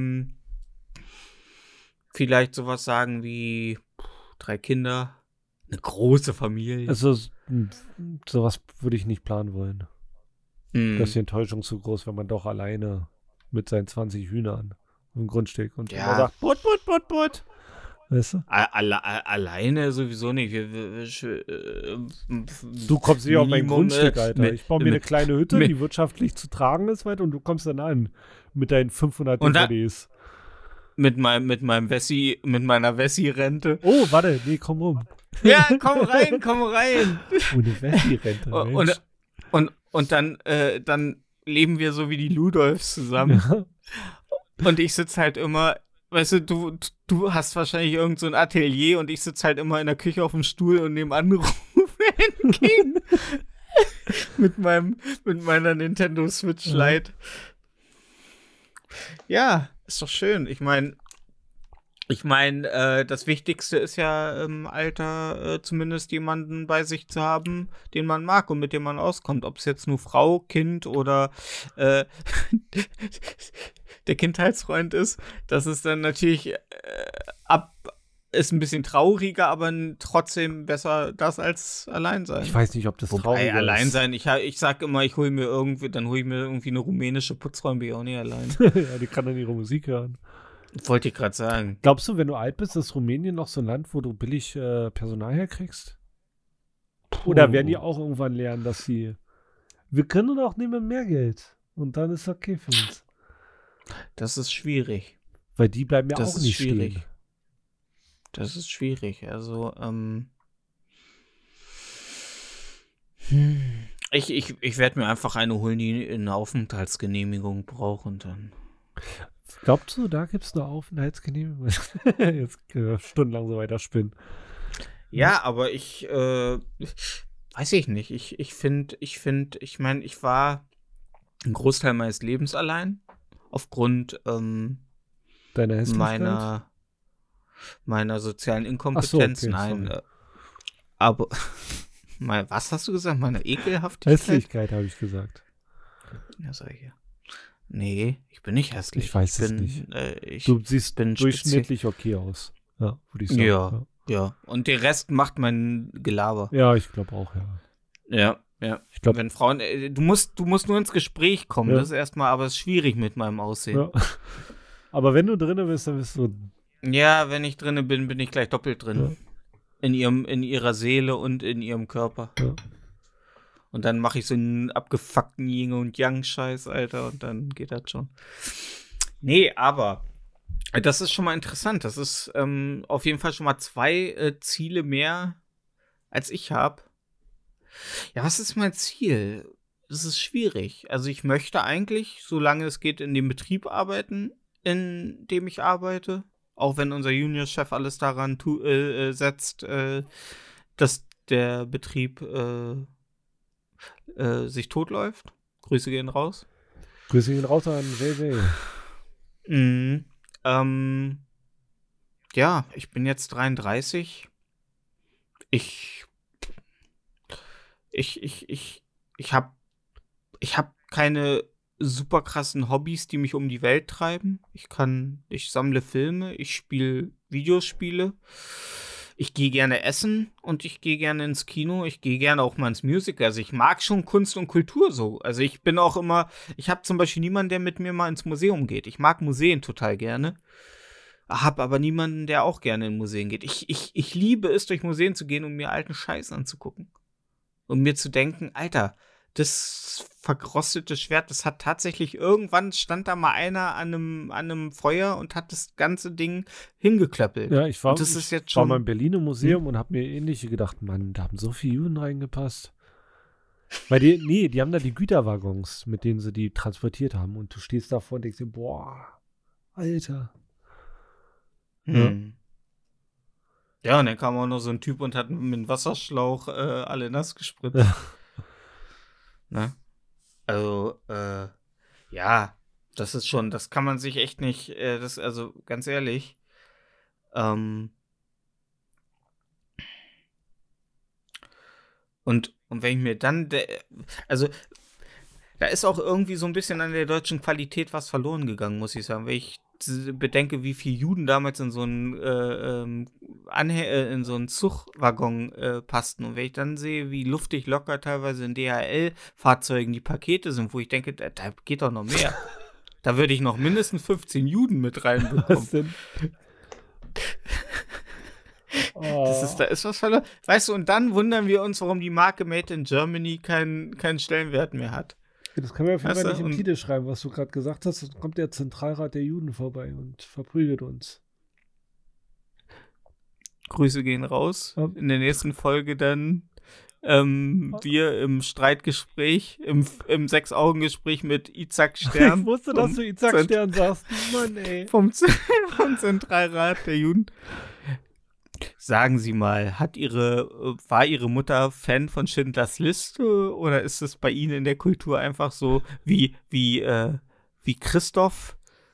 vielleicht sowas sagen wie 3 Kinder, eine große Familie. Also sowas würde ich nicht planen wollen. Das ist die Enttäuschung zu groß, wenn man doch alleine mit seinen 20 Hühnern im Grundstück und immer sagt, Butt. Weißt du? Alleine sowieso nicht. Du kommst nicht auf mein Grundstück, Alter. Ich baue mir eine kleine Hütte, die wirtschaftlich zu tragen ist, weit, und du kommst dann an mit deinen 500 DVDs. Mit meiner Wessi-Rente. Oh, warte, nee, komm rum. Ja, komm rein. Ohne Wessi-Rente, Und dann leben wir so wie die Ludolfs zusammen. Ja. Und ich sitze halt immer, weißt du, du hast wahrscheinlich irgend so ein Atelier und ich sitze halt immer in der Küche auf dem Stuhl und nebenan rufe entgegen. mit meiner Nintendo Switch Lite. Ja, ist doch schön. Ich meine, das Wichtigste ist ja im Alter zumindest jemanden bei sich zu haben, den man mag und mit dem man auskommt. Ob es jetzt nur Frau, Kind oder der Kindheitsfreund ist. Das ist dann natürlich ist ein bisschen trauriger, aber trotzdem besser das als allein sein. Ich weiß nicht, ob das traurig ist. Allein sein, ich sag immer, ich hole mir irgendwie eine rumänische Putzfrau, bin ich auch nicht allein. Ja, die kann dann ihre Musik hören. Wollte ich gerade sagen. Glaubst du, wenn du alt bist, ist Rumänien noch so ein Land, wo du billig Personal herkriegst? Oder werden die auch irgendwann lernen, dass wir können doch nehmen mehr Geld und dann ist okay für uns. Das ist schwierig. Weil die bleiben ja auch nicht stehen. Das ist schwierig. Also, ich werde mir einfach eine holen, die eine Aufenthaltsgenehmigung braucht und dann. Glaubst du, da gibt es eine Aufenthaltsgenehmigung? Jetzt können wir stundenlang so weiter spinnen. Ja, aber ich, weiß ich nicht. Ich meine, ich war einen Großteil meines Lebens allein. Aufgrund Deine Hässlichkeit? meiner sozialen Inkompetenz. Ach so, okay, Nein, sorry. aber was hast du gesagt? Meine Ekelhaftigkeit? Hässlichkeit, habe ich gesagt. Ja, sag ich ja. Nee, ich bin nicht hässlich. Ich weiß es nicht. Du siehst durchschnittlich okay aus. Ja, würde ich sagen. Ja. Und den Rest macht mein Gelaber. Ja, ich glaube auch, ja. Ja. Ich glaube, wenn Frauen, du musst nur ins Gespräch kommen. Ja. Das ist erstmal, aber es ist schwierig mit meinem Aussehen. Ja. Aber wenn du drinne bist, dann bist du. Ja, wenn ich drinne bin, bin ich gleich doppelt drin. Ja. In ihrer Seele und in ihrem Körper. Ja. Und dann mache ich so einen abgefuckten Yin und Yang-Scheiß, Alter, und dann geht das schon. Nee, aber das ist schon mal interessant. Das ist auf jeden Fall schon mal 2 Ziele mehr, als ich habe. Ja, was ist mein Ziel? Das ist schwierig. Also ich möchte eigentlich, solange es geht, in dem Betrieb arbeiten, in dem ich arbeite. Auch wenn unser Juniorchef alles daran setzt, dass der Betrieb sich totläuft. Grüße gehen raus. Grüße gehen raus an JJ. Ja, ich bin jetzt 33. Ich hab keine super krassen Hobbys, die mich um die Welt treiben. Ich sammle Filme, ich spiele Videospiele. Ich gehe gerne essen und ich gehe gerne ins Kino. Ich gehe gerne auch mal ins Musical. Also ich mag schon Kunst und Kultur so. Also ich bin auch immer, ich habe zum Beispiel niemanden, der mit mir mal ins Museum geht. Ich mag Museen total gerne. Hab aber niemanden, der auch gerne in Museen geht. Ich liebe es, durch Museen zu gehen und mir alten Scheiß anzugucken. Und mir zu denken, Alter, das verrostete Schwert, das hat tatsächlich, irgendwann stand da mal einer an einem Feuer und hat das ganze Ding hingeklöppelt. Ja, ich war mal im Berliner Museum und habe mir ähnliche gedacht, Mann, da haben so viele Juden reingepasst. Weil die haben da die Güterwaggons, mit denen sie die transportiert haben. Und du stehst davor und denkst dir, boah, Alter. Ja, und dann kam auch noch so ein Typ und hat mit einem Wasserschlauch alle nass gespritzt. Ja. Ne? Also, ja, das ist schon, das kann man sich echt nicht, also ganz ehrlich, und wenn ich mir dann, also, da ist auch irgendwie so ein bisschen an der deutschen Qualität was verloren gegangen, muss ich sagen, wenn ich bedenke, wie viele Juden damals in so einen Zugwaggon passten. Und wenn ich dann sehe, wie luftig locker teilweise in DHL-Fahrzeugen die Pakete sind, wo ich denke, da geht doch noch mehr. Da würde ich noch mindestens 15 Juden mit reinbekommen. Was denn? Da ist was verloren. Weißt du, und dann wundern wir uns, warum die Marke Made in Germany keinen Stellenwert mehr hat. Das können wir auf jeden Fall nicht im Titel schreiben, was du gerade gesagt hast. Dann kommt der Zentralrat der Juden vorbei und verprügelt uns. Grüße gehen raus. Ja. In der nächsten Folge dann wir im Streitgespräch, im 6-Augen-Gespräch mit Itzhak Stern. Ich wusste, dass du Itzhak Stern sagst. Mann, ey. Vom Zentralrat der Juden. Sagen Sie mal, war Ihre Mutter Fan von Schindlers Liste oder ist es bei Ihnen in der Kultur einfach so wie Christoph?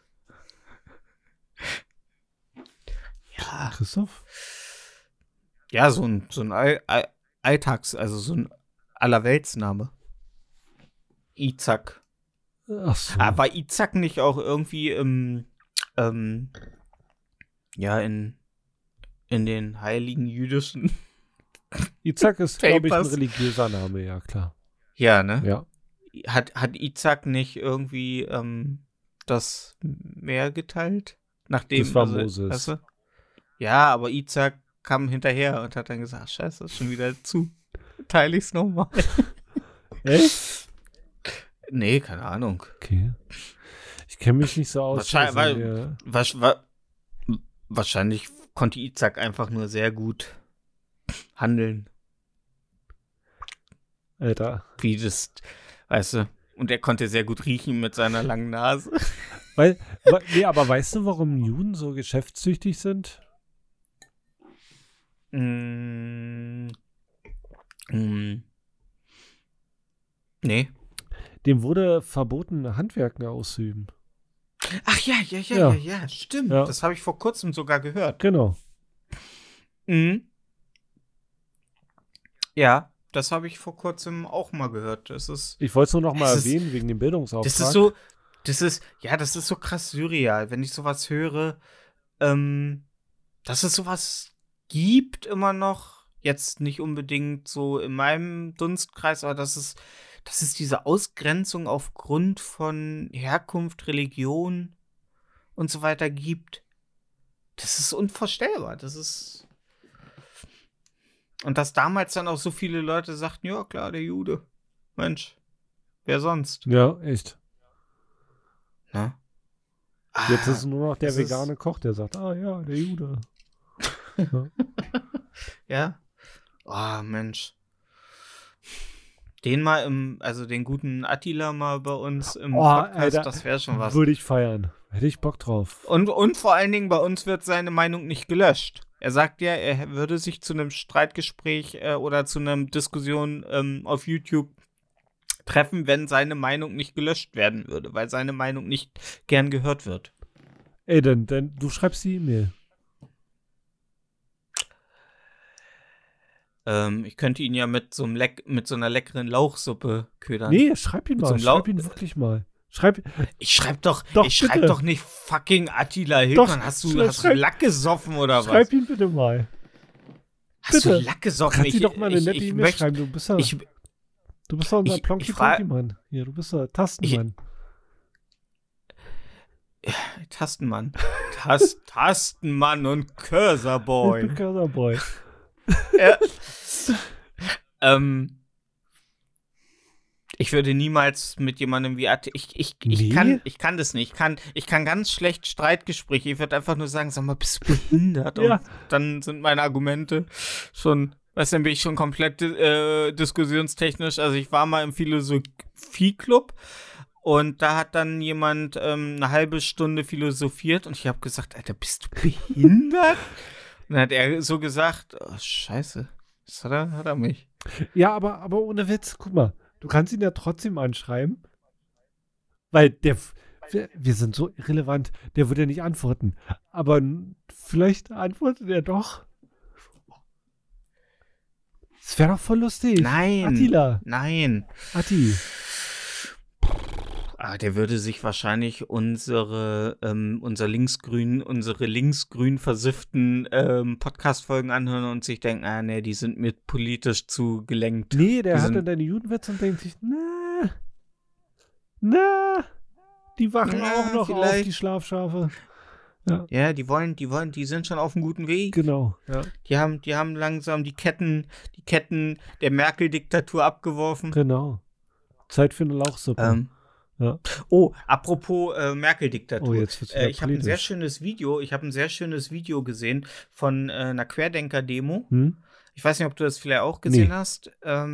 Ja. Christoph? Ja, so ein Alltags-, also so ein Allerweltsname. Itzhak. Ach so. Aber war Itzhak nicht auch irgendwie in den heiligen jüdischen Itzhak ist, glaube ich, ein religiöser Name, ja, klar. Ja, ne? Ja. Hat Itzhak nicht irgendwie das Meer geteilt? Nachdem, das war Moses. Weißt du? Ja, aber Itzhak kam hinterher und hat dann gesagt, scheiße, das ist schon wieder zu. Teile ich's nochmal. Echt? Nee, keine Ahnung. Okay. Ich kenne mich nicht so aus. Wahrscheinlich konnte Itzhak einfach nur sehr gut handeln. Alter. Wie das, weißt du, und er konnte sehr gut riechen mit seiner langen Nase. Aber weißt du, warum Juden so geschäftstüchtig sind? Nee. Dem wurde verboten, Handwerken auszuüben. Ach ja, stimmt. Ja. Das habe ich vor kurzem sogar gehört. Genau. Ja, das habe ich vor kurzem auch mal gehört. Ich wollte es nur noch mal erwähnen, wegen dem Bildungsauftrag. Das ist so krass surreal, wenn ich sowas höre, dass es sowas gibt immer noch, jetzt nicht unbedingt so in meinem Dunstkreis, aber dass es diese Ausgrenzung aufgrund von Herkunft, Religion und so weiter gibt. Das ist unvorstellbar. Und dass damals dann auch so viele Leute sagten, ja klar, der Jude. Mensch, wer sonst? Ja, echt. Na? Jetzt ist es nur noch der vegane Koch, der sagt, ja, der Jude. Ja? Oh, Mensch. Den guten Attila mal bei uns im Podcast, Alter, das wäre schon was. Würde ich feiern. Hätte ich Bock drauf. Und vor allen Dingen, bei uns wird seine Meinung nicht gelöscht. Er sagt ja, er würde sich zu einem Streitgespräch oder zu einer Diskussion auf YouTube treffen, wenn seine Meinung nicht gelöscht werden würde, weil seine Meinung nicht gern gehört wird. Ey, dann du schreibst die E-Mail. Ich könnte ihn ja mit so einer leckeren Lauchsuppe ködern. Nee, schreib ihn mal. Schreib ihn wirklich mal. Ich schreib doch nicht fucking Attila Hildmann. Hast du Lack gesoffen oder was? Schreib ihn bitte mal. Hast du Lack gesoffen? Kannst du doch mal eine nette E-Mail schreiben. Du bist doch unser Plonky-Plonky-Mann. Hier, du bist doch Tastenmann. Tastenmann. Tastenmann und Cursorboy. Ich bin Cursorboy. Ja. Ich würde niemals mit jemandem wie ich kann das nicht. Ich kann ganz schlecht Streitgespräche. Ich würde einfach nur sagen, sag mal, bist du behindert? Ja. Und dann sind meine Argumente schon, dann bin ich schon komplett diskussionstechnisch. Also ich war mal im Philosophie-Club und da hat dann jemand eine halbe Stunde philosophiert und ich habe gesagt, Alter, bist du behindert? Und dann hat er so gesagt, oh, scheiße, hat er mich. Ja, aber ohne Witz, guck mal, du kannst ihn ja trotzdem anschreiben, weil wir sind so irrelevant, der würde ja nicht antworten. Aber vielleicht antwortet er doch. Das wäre doch voll lustig. Nein. Attila. Nein. Atti. Der würde sich wahrscheinlich unsere linksgrün versifften Podcast-Folgen anhören und sich denken, nee, die sind mir politisch zu gelenkt. Nee, der hat dann deine Judenwitze und denkt sich, die wachen auch noch auf, die Schlafschafe. Ja, die sind schon auf einem guten Weg. Genau, ja. Die haben langsam die Ketten der Merkel-Diktatur abgeworfen. Genau. Zeit für eine Lauchsuppe. Ja. Oh, apropos Merkel-Diktatur. Oh, jetzt wird's ich habe ein sehr schönes Video gesehen von einer Querdenker-Demo. Ich weiß nicht, ob du das vielleicht auch gesehen hast.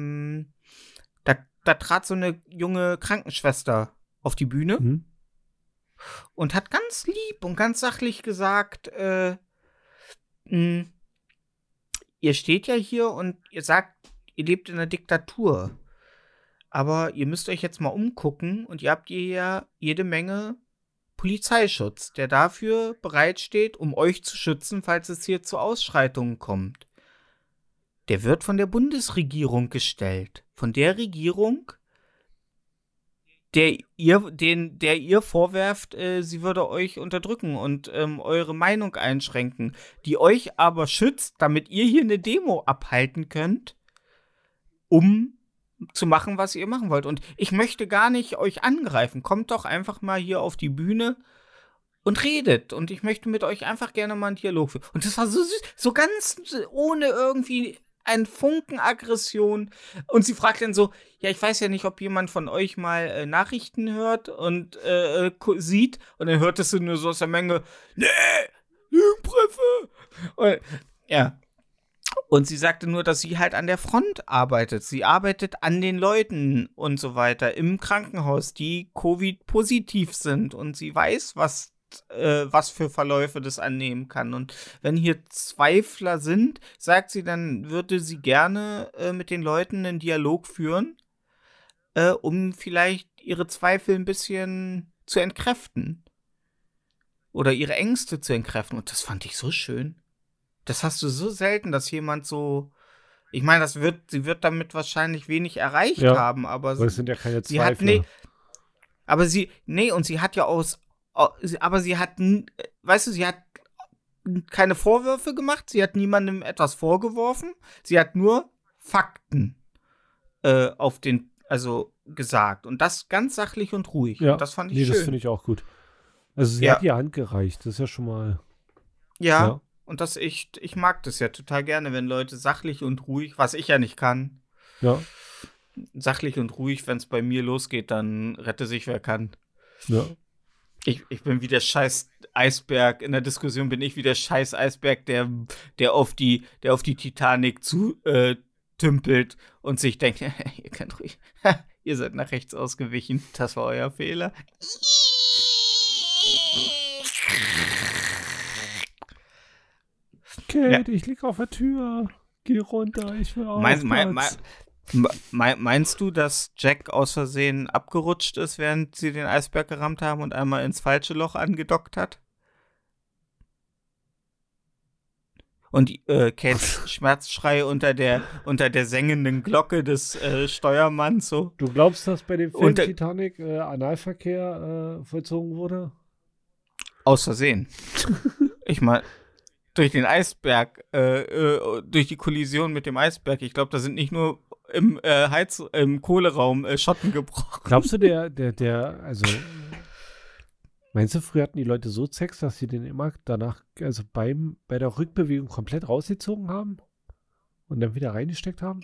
Da trat so eine junge Krankenschwester auf die Bühne und hat ganz lieb und ganz sachlich gesagt, ihr steht ja hier und ihr sagt, ihr lebt in einer Diktatur. Aber ihr müsst euch jetzt mal umgucken und ihr habt hier ja jede Menge Polizeischutz, der dafür bereitsteht, um euch zu schützen, falls es hier zu Ausschreitungen kommt. Der wird von der Bundesregierung gestellt. Von der Regierung, der ihr vorwerft, sie würde euch unterdrücken und eure Meinung einschränken, die euch aber schützt, damit ihr hier eine Demo abhalten könnt, um zu machen, was ihr machen wollt. Und ich möchte gar nicht euch angreifen. Kommt doch einfach mal hier auf die Bühne und redet. Und ich möchte mit euch einfach gerne mal einen Dialog führen. Und das war so süß, so ganz ohne irgendwie einen Funken Aggression. Und sie fragt dann so, ja, ich weiß ja nicht, ob jemand von euch mal Nachrichten hört und sieht. Und dann hörtest du nur so aus der Menge, nee, Lügenprüfe. Und, ja. Und sie sagte nur, dass sie halt an der Front arbeitet. Sie arbeitet an den Leuten und so weiter im Krankenhaus, die Covid-positiv sind. Und sie weiß, was für Verläufe das annehmen kann. Und wenn hier Zweifler sind, sagt sie, dann würde sie gerne mit den Leuten einen Dialog führen, um vielleicht ihre Zweifel ein bisschen zu entkräften. Oder ihre Ängste zu entkräften. Und das fand ich so schön. Das hast du so selten, dass jemand so. Ich meine, sie wird damit wahrscheinlich wenig erreicht haben, aber es sind ja keine sie hat Zweifler. Und sie hat ja sie hat, weißt du, sie hat keine Vorwürfe gemacht, sie hat niemandem etwas vorgeworfen, sie hat nur Fakten gesagt und das ganz sachlich und ruhig. Ja, und das fand ich schön. Das finde ich auch gut. Also sie hat die Hand gereicht, das ist ja schon mal. Ja. Und ich mag das ja total gerne, wenn Leute sachlich und ruhig, was ich ja nicht kann. Ja. Sachlich und ruhig, wenn es bei mir losgeht, dann rette sich, wer kann. Ja. Ich bin wie der scheiß Eisberg, in der Diskussion bin ich wie der scheiß Eisberg, der auf die Titanic zu tümpelt und sich denkt, ihr könnt ruhig, ihr seid nach rechts ausgewichen, das war euer Fehler. Kate, ich lieg auf der Tür. Geh runter, ich will auch. Meinst du, dass Jack aus Versehen abgerutscht ist, während sie den Eisberg gerammt haben und einmal ins falsche Loch angedockt hat? Und Kates Schmerzschrei unter der sengenden Glocke des Steuermanns so. Du glaubst, dass bei dem Film Titanic Analverkehr vollzogen wurde? Aus Versehen. Ich meine, durch den Eisberg, durch die Kollision mit dem Eisberg. Ich glaube, da sind nicht nur im Kohleraum Schotten gebrochen. Glaubst du, also meinst du, früher hatten die Leute so Sex, dass sie den immer danach, also bei der Rückbewegung komplett rausgezogen haben und dann wieder reingesteckt haben?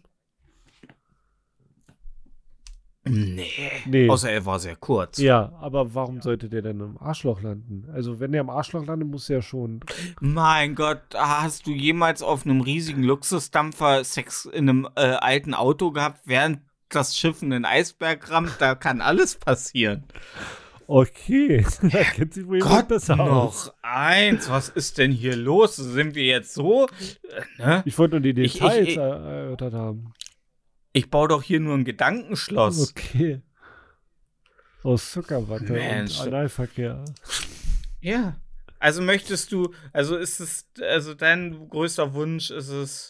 Nee. Außer er war sehr kurz. Ja, aber warum sollte der denn im Arschloch landen? Also wenn der im Arschloch landet, muss er schon. Mein Gott, hast du jemals auf einem riesigen Luxusdampfer Sex in einem alten Auto gehabt, während das Schiff in den Eisberg rammt? Da kann alles passieren. Okay, da kennt sich wohl jemand besser aus. Noch eins, was ist denn hier los? Sind wir jetzt so? Ne? Ich wollte nur die Details erörtert haben. Ich baue doch hier nur ein Gedankenschloss. Okay. Aus Zuckerwatte und Analverkehr. Ja. Also dein größter Wunsch ist es,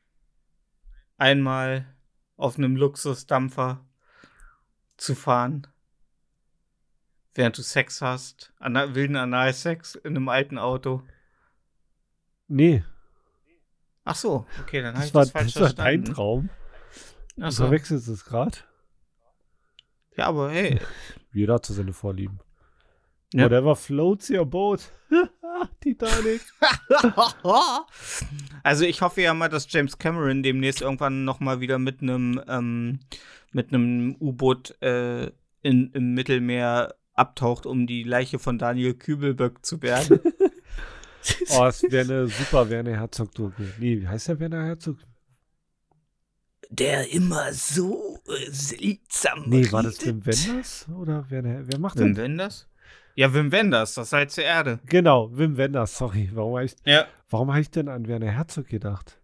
einmal auf einem Luxusdampfer zu fahren, während du Sex hast, wilden Analsex in einem alten Auto? Nee. Ach so, okay, dann habe ich das falsch verstanden. Das war dein Traum. Du verwechselst es gerade. Ja, aber hey. Jeder hat so seine Vorlieben. Ja. Whatever floats your boat. Titanic. Also ich hoffe ja mal, dass James Cameron demnächst irgendwann noch mal wieder mit einem U-Boot im Mittelmeer abtaucht, um die Leiche von Daniel Kübelböck zu bergen. Oh, es wäre eine super Werner Herzog-Doku. Nee, wie heißt der Werner Herzog? Der immer so seltsam Nee, war das Wim Wenders? Oder wer macht das? Wim Wenders? Ja, Wim Wenders, das Salz der Erde. Genau, Wim Wenders, sorry. Warum habe ich denn an Werner Herzog gedacht?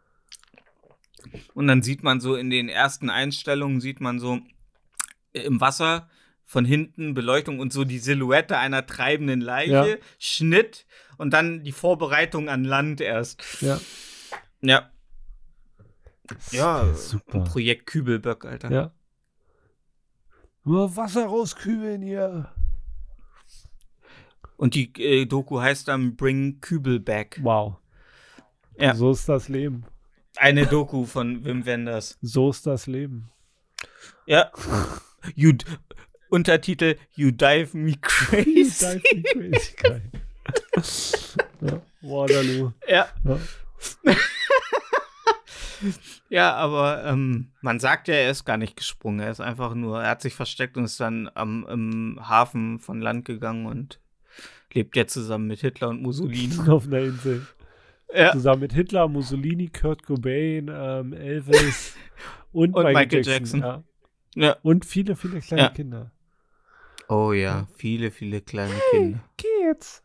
Und dann sieht man so in den ersten Einstellungen, im Wasser von hinten Beleuchtung und so die Silhouette einer treibenden Leiche, Schnitt und dann die Vorbereitung an Land erst. Ja. Ja. Ja, super. Projekt Kübelböck, Alter. Ja. Nur Wasser rauskübeln hier. Und die Doku heißt dann Bring Kübel Back. Wow. Ja. So ist das Leben. Eine Doku von Wim Wenders. So ist das Leben. Ja. Untertitel You Dive Me Crazy. You Dive Me Crazy. Geil. Ja. Waterloo. Ja. Ja, aber man sagt ja, er ist gar nicht gesprungen. Er hat sich versteckt und ist dann im Hafen von Land gegangen und lebt jetzt zusammen mit Hitler und Mussolini. Auf einer Insel. Ja. Zusammen mit Hitler, Mussolini, Kurt Cobain, Elvis und Michael Jackson. Ja. Ja. Und viele, viele kleine Kinder. Oh ja, viele, viele kleine Kinder. Kids.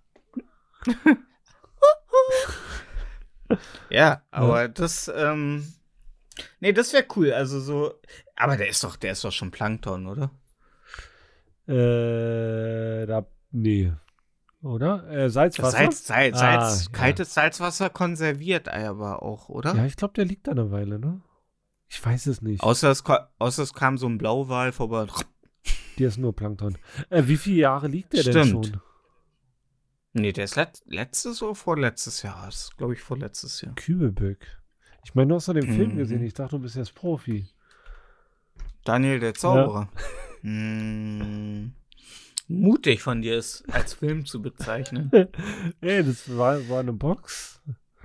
Ja, aber das, nee, das wäre cool. Also so, aber der ist doch schon Plankton, oder? Nee. Oder? Salzwasser? Kaltes Salzwasser konserviert aber auch, oder? Ja, ich glaube, der liegt da eine Weile, ne? Ich weiß es nicht. Außer es kam so ein Blauwal vorbei. Der ist nur Plankton. Wie viele Jahre liegt der denn schon? Nee, der ist letztes oder vorletztes Jahr. Das ist, glaube ich, vorletztes Jahr. Kübelböck. Ich meine, du hast doch den Film gesehen. Ich dachte, du bist jetzt Profi. Daniel der Zauberer. Ja. Mutig von dir, es als Film zu bezeichnen. Ey, das war eine Box.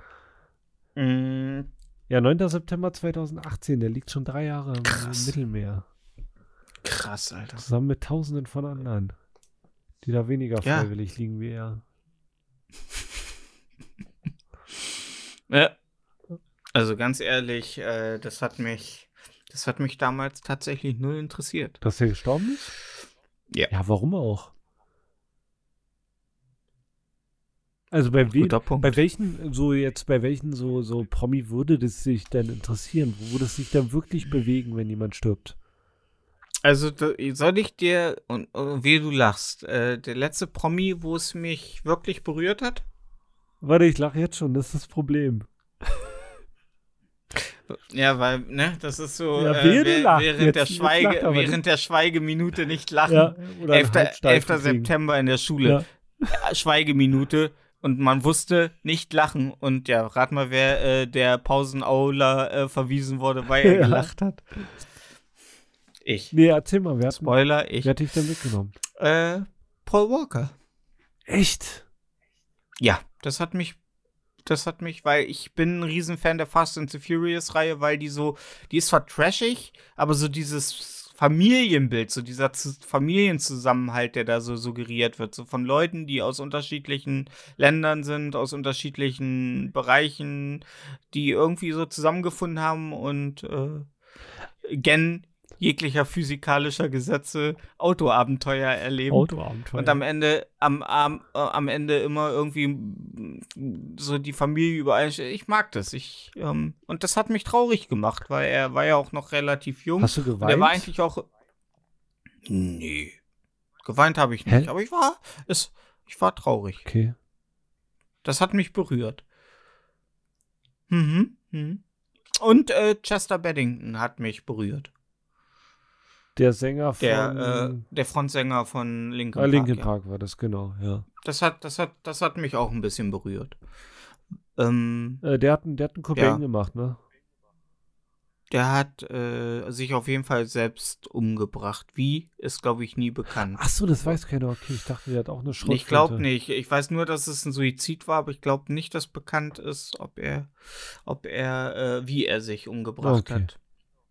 Ja, 9. September 2018. Der liegt schon 3 Jahre im Mittelmeer. Krass, Alter. Zusammen mit Tausenden von anderen, die da weniger freiwillig liegen wie er. Ja. Also ganz ehrlich, das hat mich damals tatsächlich null interessiert. Dass er gestorben ist? Ja. Ja, warum auch? Also bei welchen so Promi würde das sich denn interessieren? Wo würde es sich dann wirklich bewegen, wenn jemand stirbt? Also soll ich dir, und wie du lachst, der letzte Promi, wo es mich wirklich berührt hat? Warte, ich lache jetzt schon, das ist das Problem. Ja, weil, ne, das ist so, ja, während der Schweigeminute nicht lachen. Ja, oder 11. September in der Schule. Ja. Schweigeminute und man wusste nicht lachen. Und ja, rat mal, wer der Pausenaula verwiesen wurde, weil er gelacht hat. Ich. Nee, erzähl mal, wer hat dich denn mitgenommen? Paul Walker. Echt? Ja, das hat mich, weil ich bin ein Riesenfan der Fast and the Furious Reihe, weil die ist zwar trashig, aber so dieses Familienbild, so dieser Familienzusammenhalt, der da so suggeriert wird, so von Leuten, die aus unterschiedlichen Ländern sind, aus unterschiedlichen Bereichen, die irgendwie so zusammengefunden haben und gen jeglicher physikalischer Gesetze Autoabenteuer erleben. Und am Ende immer irgendwie so die Familie überall. Ich mag das. Und das hat mich traurig gemacht, weil er war ja auch noch relativ jung. Hast du geweint? Und er war eigentlich auch. Nee. Geweint habe ich nicht. Aber ich war traurig. Okay. Das hat mich berührt. Und Chester Bennington hat mich berührt. Der Sänger von... Der Frontsänger von Linkin Park. Linkin Park war das, genau, ja. Das hat mich auch ein bisschen berührt. Der hat einen Cobain gemacht, ne? Der hat sich auf jeden Fall selbst umgebracht. Wie, ist, glaube ich, nie bekannt. Ach so, das weiß keiner. Okay, ich dachte, der hat auch eine Schrotflinte. Ich glaube nicht. Ich weiß nur, dass es ein Suizid war, aber ich glaube nicht, dass bekannt ist, wie er sich umgebracht hat.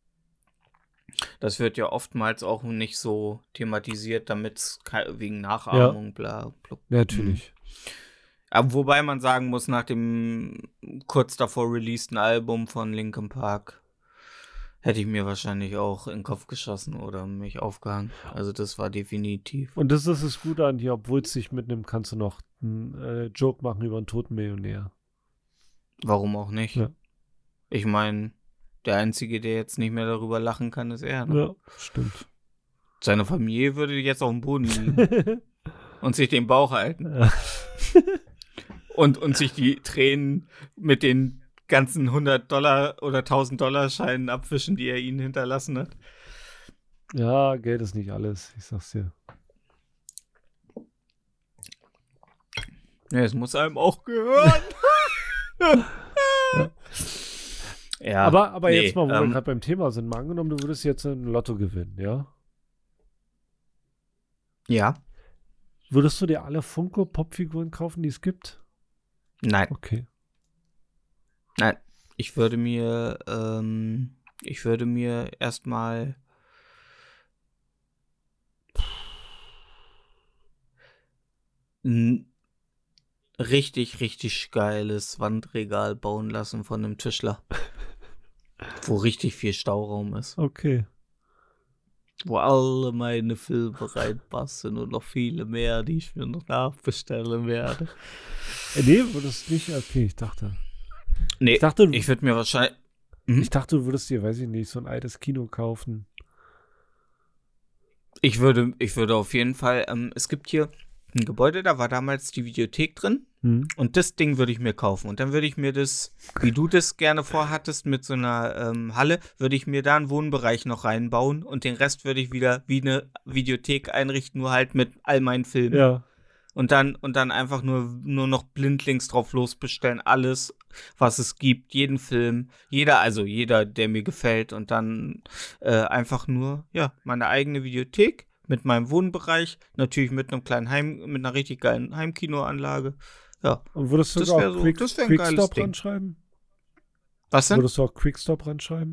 Das wird ja oftmals auch nicht so thematisiert, damit es wegen Nachahmung, bla, bla. Ja, natürlich. Aber wobei man sagen muss, nach dem kurz davor releaseden Album von Linkin Park hätte ich mir wahrscheinlich auch in den Kopf geschossen oder mich aufgehangen. Also das war definitiv. Und das ist das Gute an dir, obwohl es dich mitnimmt, kannst du noch einen Joke machen über einen toten Millionär. Warum auch nicht? Ja. Ich meine, der Einzige, der jetzt nicht mehr darüber lachen kann, ist er. Ne? Ja, stimmt. Seine Familie würde jetzt auf dem Boden liegen und sich den Bauch halten. Ja. und sich die Tränen mit den ganzen $100 oder $1000-Scheinen abwischen, die er ihnen hinterlassen hat. Ja, Geld ist nicht alles, ich sag's dir. Ja, es muss einem auch gehören. Ja, aber jetzt mal, wo wir gerade beim Thema sind, mal angenommen, du würdest jetzt ein Lotto gewinnen, ja? Ja. Würdest du dir alle Funko-Pop-Figuren kaufen, die es gibt? Nein. Okay. Nein. Ich würde mir erstmal richtig, richtig geiles Wandregal bauen lassen von einem Tischler. Wo richtig viel Stauraum ist. Okay. Wo alle meine Filme reinpassen und noch viele mehr, die ich mir noch nachbestellen werde. Nee, würdest nicht. Okay, ich dachte. Nee, Ich dachte, ich würde mir wahrscheinlich. ich dachte, du würdest dir, weiß ich nicht, so ein altes Kino kaufen. Ich würde auf jeden Fall, es gibt hier ein Gebäude, da war damals die Videothek drin. Und das Ding würde ich mir kaufen. Und dann würde ich mir das, wie du das gerne vorhattest, mit so einer Halle, würde ich mir da einen Wohnbereich noch reinbauen. Und den Rest würde ich wieder wie eine Videothek einrichten, nur halt mit all meinen Filmen. Ja. Und dann einfach nur noch blindlings drauf losbestellen. Alles, was es gibt, jeden Film, jeder, der mir gefällt. Und dann einfach nur, ja, meine eigene Videothek mit meinem Wohnbereich. Natürlich mit einem kleinen mit einer richtig geilen Heimkinoanlage. Ja. Und würdest du Das auch wär so- das wär ein geiles Quickstop Ding. ranschreiben? Was denn? Würdest du auch Quickstop ranschreiben?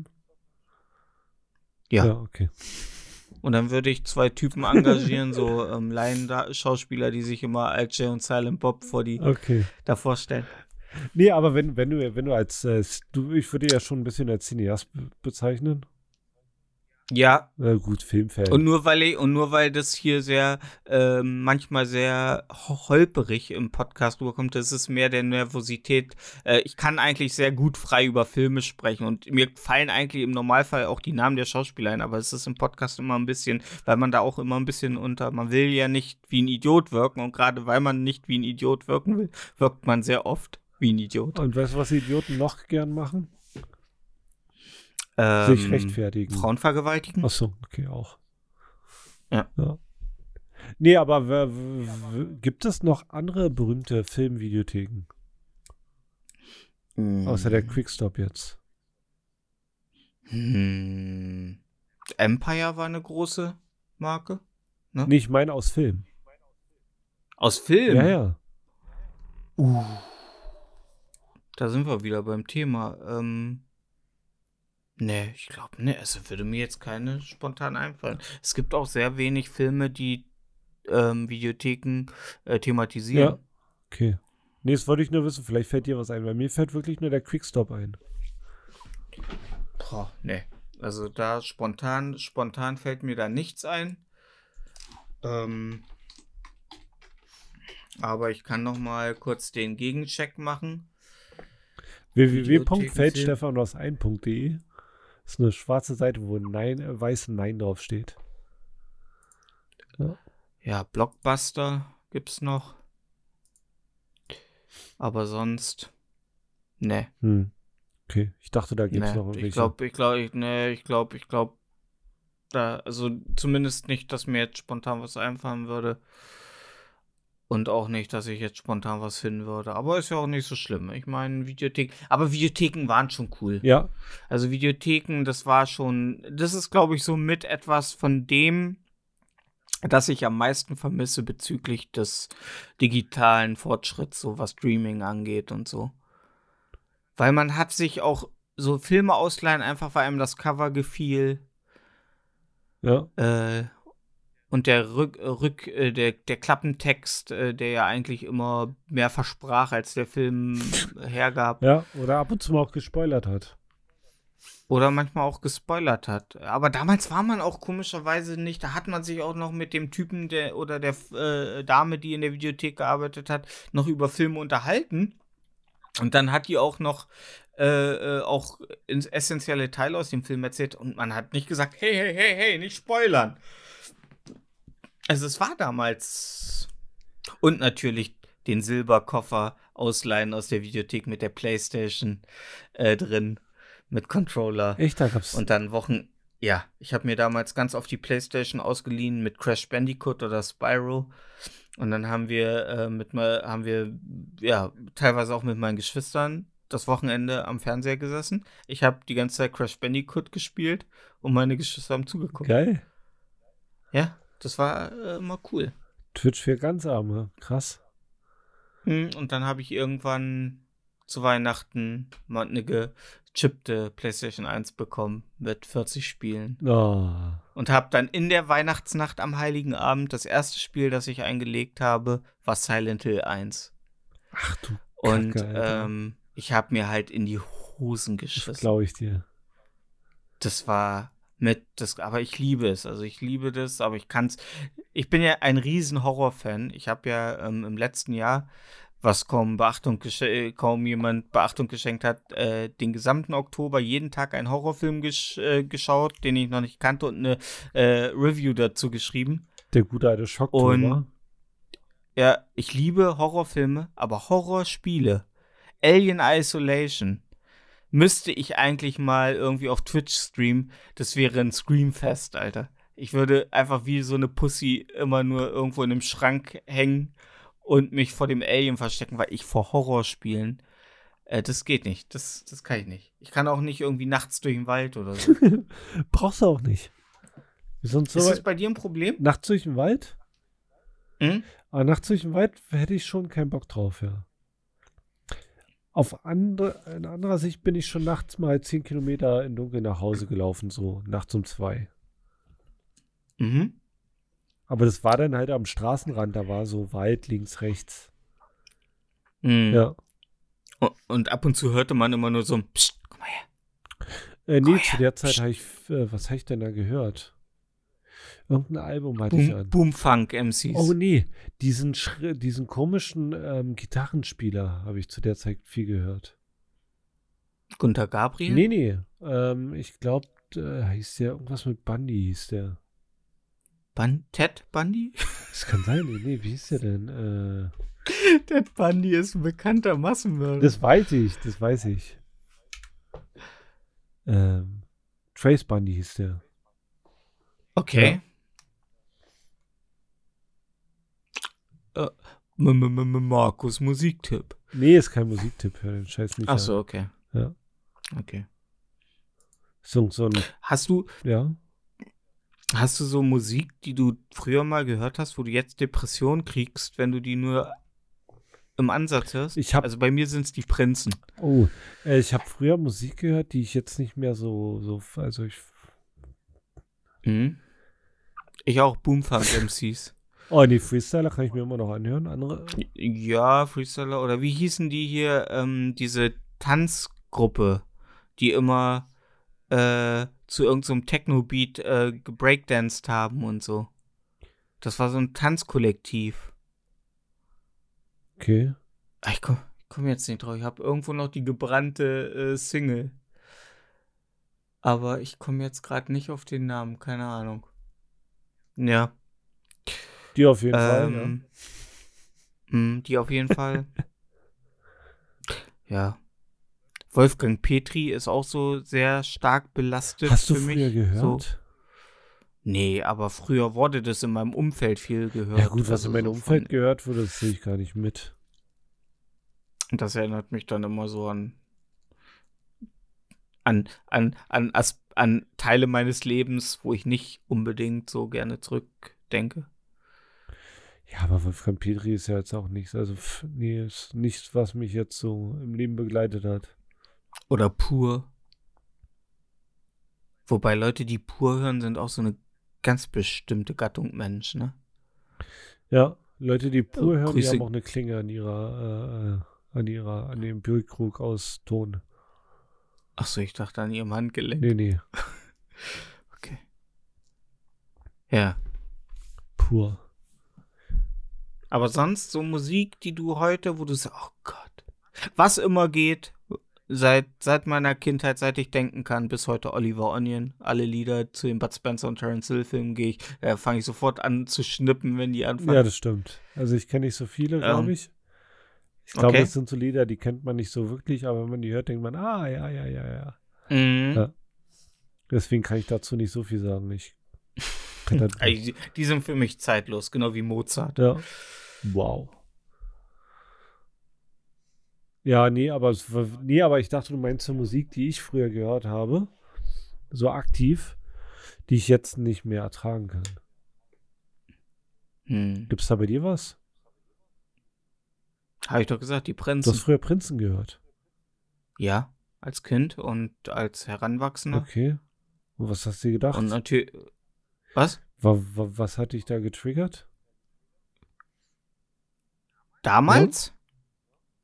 Ja. Ja, okay. Und dann würde ich 2 Typen engagieren, so Laien-Schauspieler, die sich immer als Jay und Silent Bob Okay. davor stellen. Nee, aber wenn du als, ich würde ja schon ein bisschen als Cineast bezeichnen. Ja, Gut, Filmfan. und nur weil das hier sehr, manchmal sehr holperig im Podcast rüberkommt, das ist mehr der Nervosität. Ich kann eigentlich sehr gut frei über Filme sprechen und mir fallen eigentlich im Normalfall auch die Namen der Schauspieler ein, aber es ist im Podcast immer ein bisschen, weil man da auch immer ein bisschen man will ja nicht wie ein Idiot wirken und gerade weil man nicht wie ein Idiot wirken will, wirkt man sehr oft wie ein Idiot. Und weißt du, was Idioten noch gern machen? Sich rechtfertigen. Frauen vergewaltigen? Achso, okay, auch. Ja. Nee, aber gibt es noch andere berühmte Filmvideotheken? Außer der Quickstop jetzt. Empire war eine große Marke. Ne? Nee, ich meine aus Film. Aus Film? Ja. Da sind wir wieder beim Thema. Nee, ich glaube, also würde mir jetzt keine spontan einfallen. Es gibt auch sehr wenig Filme, die Videotheken thematisieren. Ja, okay. Nee, das wollte ich nur wissen. Vielleicht fällt dir was ein, weil mir fällt wirklich nur der Quickstop ein. Boah, nee. Also da spontan fällt mir da nichts ein. Aber ich kann noch mal kurz den Gegencheck machen. www.feldstefanosein.de ist eine schwarze Seite, wo weiß Nein draufsteht. Ja, Blockbuster gibt's noch. Aber sonst, ne. Okay, ich dachte, da gibt's noch irgendwelche. Ich glaube, da, also zumindest nicht, dass mir jetzt spontan was einfallen würde. Und auch nicht, dass ich jetzt spontan was finden würde. Aber ist ja auch nicht so schlimm. Ich meine, Videotheken waren schon cool. Ja. Also Videotheken, das ist, glaube ich, so mit etwas von dem, das ich am meisten vermisse bezüglich des digitalen Fortschritts, so was Streaming angeht und so. Weil man hat sich auch so Filme ausleihen, einfach weil einem das Cover gefiel. Ja. Und der der Klappentext, der ja eigentlich immer mehr versprach, als der Film hergab. Ja, oder ab und zu mal auch gespoilert hat. Oder manchmal auch gespoilert hat. Aber damals war man auch komischerweise nicht, da hat man sich auch noch mit dem Typen der Dame, die in der Videothek gearbeitet hat, noch über Filme unterhalten. Und dann hat die auch noch auch essentielle Teile aus dem Film erzählt und man hat nicht gesagt, hey, nicht spoilern. Also es war damals. Und natürlich den Silberkoffer ausleihen aus der Videothek mit der Playstation drin, mit Controller. Echt, da gab's. Und dann ja, ich habe mir damals ganz oft die Playstation ausgeliehen mit Crash Bandicoot oder Spyro. Und dann haben wir teilweise auch mit meinen Geschwistern das Wochenende am Fernseher gesessen. Ich habe die ganze Zeit Crash Bandicoot gespielt und meine Geschwister haben zugeguckt. Geil. Ja, das war immer cool. Twitch für Ganzarme. Krass. Und dann habe ich irgendwann zu Weihnachten mal eine gechippte PlayStation 1 bekommen mit 40 Spielen. Oh. Und habe dann in der Weihnachtsnacht am Heiligen Abend das erste Spiel, das ich eingelegt habe, war Silent Hill 1. Ach du Und Kacke, Alter. ich habe mir halt in die Hosen Das geschissen. glaube ich dir. Das war aber ich liebe es. Also ich liebe das, aber ich bin ja ein riesen Horrorfan. Ich habe ja im letzten Jahr, was kaum jemand Beachtung geschenkt hat, den gesamten Oktober jeden Tag einen Horrorfilm geschaut, den ich noch nicht kannte und eine Review dazu geschrieben. Der gute alte Schocktober. Und ja, ich liebe Horrorfilme, aber Horrorspiele, Alien Isolation, müsste ich eigentlich mal irgendwie auf Twitch streamen. Das wäre ein Screamfest, Alter. Ich würde einfach wie so eine Pussy immer nur irgendwo in einem Schrank hängen und mich vor dem Alien verstecken, weil ich vor Horrorspielen, das geht nicht. Das kann ich nicht. Ich kann auch nicht irgendwie nachts durch den Wald oder so. Brauchst du auch nicht. Sonst so Ist das bei dir ein Problem? nachts durch den Wald? Hm? Aber nachts durch den Wald hätte ich schon keinen Bock drauf, ja. In anderer Sicht bin ich schon nachts mal 10 Kilometer in Dunkel nach Hause gelaufen, so nachts um 2. Mhm. Aber das war dann halt am Straßenrand, da war so Wald links, rechts. Mhm. Ja. Und ab und zu hörte man immer nur so ein Psst, komm mal her. Nee, Oh zu ja. der Zeit habe ich, was habe ich denn da gehört? Irgendein Album hatte ich an. Boomfunk MCs. Oh nee, diesen komischen Gitarrenspieler habe ich zu der Zeit viel gehört. Gunter Gabriel? Nee. Ich glaube, hieß der irgendwas mit Bundy, hieß der. Ted Bundy? Das kann sein, nee, wie hieß der denn? Ted Bundy ist ein bekannter Massenmörder. Das weiß ich. Trace Bundy hieß der. Okay. Markus Musiktipp. Nee, ist kein Musiktipp, hör den Scheiß nicht Ach so, okay. Ja. Okay. So ein, Hast du so Musik, die du früher mal gehört hast, wo du jetzt Depressionen kriegst, wenn du die nur im Ansatz hörst? Also bei mir sind es die Prinzen. Oh, ich habe früher Musik gehört, die ich jetzt nicht mehr also ich. Mhm. Ich auch, Boomfunk MCs. Oh, die Freestyler kann ich mir immer noch anhören. Andere? Ja, Freestyler. Oder wie hießen die hier, diese Tanzgruppe, die immer zu irgendeinem Techno-Beat gebreakdanced haben und so. Das war so ein Tanzkollektiv. Okay. Ich komm jetzt nicht drauf. Ich habe irgendwo noch die gebrannte Single. Aber ich komme jetzt gerade nicht auf den Namen. Keine Ahnung. Ja. Die auf jeden Fall, ja. Die auf jeden Fall. Ja. Wolfgang Petri ist auch so sehr stark belastet. Hast du für früher mich. gehört? So. Nee, aber früher wurde das in meinem Umfeld viel gehört. Ja gut, was also in meinem so Umfeld gehört wurde, das sehe ich gar nicht mit. Und das erinnert mich dann immer so an Teile meines Lebens, wo ich nicht unbedingt so gerne zurückdenke. Ja, aber Wolfgang Petri ist ja jetzt auch nichts. Also, nee, ist nichts, was mich jetzt so im Leben begleitet hat. Oder Pur. Wobei Leute, die Pur hören, sind auch so eine ganz bestimmte Gattung Mensch, ne? Ja, Leute, die Pur hören, Grüße. die haben auch eine Klinge an dem Bierkrug aus Ton. Achso, ich dachte an ihrem Handgelenk. Nee. Okay. Ja. Pur. Aber sonst so Musik, die du heute, wo du sagst, oh Gott, was immer geht, seit meiner Kindheit, seit ich denken kann, bis heute Oliver Onion, alle Lieder zu den Bud Spencer und Terence Hill Filmen fange ich sofort an zu schnippen, wenn die anfangen. Ja, das stimmt. Also ich kenne nicht so viele, glaube ich. Ich glaube, das sind so Lieder, die kennt man nicht so wirklich, aber wenn man die hört, denkt man, ja. Mhm. Ja. Deswegen kann ich dazu nicht so viel sagen. Die sind für mich zeitlos, genau wie Mozart. Ja. Wow. Ja, nee, aber ich dachte, du meinst so Musik, die ich früher gehört habe, so aktiv, die ich jetzt nicht mehr ertragen kann. Gibt's da bei dir was? Habe ich doch gesagt, die Prinzen. Du hast früher Prinzen gehört? Ja, als Kind und als Heranwachsender. Okay. Und was hast du dir gedacht? Und natürlich. Was? Was hat dich da getriggert? Damals?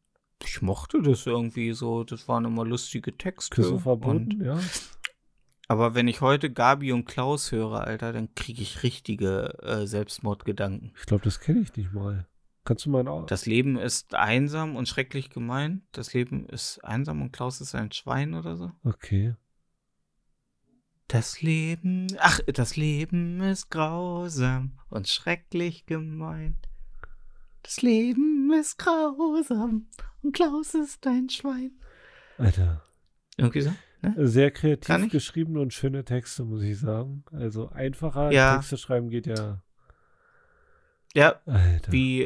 Ich mochte das irgendwie so. Das waren immer lustige Texte. Küsse verboten, ja. Aber wenn ich heute Gabi und Klaus höre, Alter, dann kriege ich richtige Selbstmordgedanken. Ich glaube, das kenne ich nicht mal. Kannst du mal Das Leben ist einsam und schrecklich gemein. Das Leben ist einsam und Klaus ist ein Schwein oder so. Okay. Das Leben ist grausam und schrecklich gemein. Das Leben ist grausam und Klaus ist ein Schwein. Alter. Irgendwie so? Ne? Sehr kreativ geschriebene und schöne Texte, muss ich sagen. Also einfacher Texte schreiben geht ja. Ja, Alter. wie,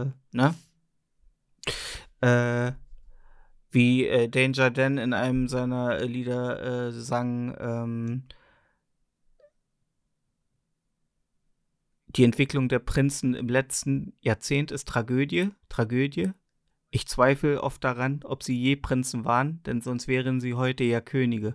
wie Danger Dan in einem seiner Lieder sang, die Entwicklung der Prinzen im letzten Jahrzehnt ist Tragödie. Ich zweifle oft daran, ob sie je Prinzen waren, denn sonst wären sie heute ja Könige.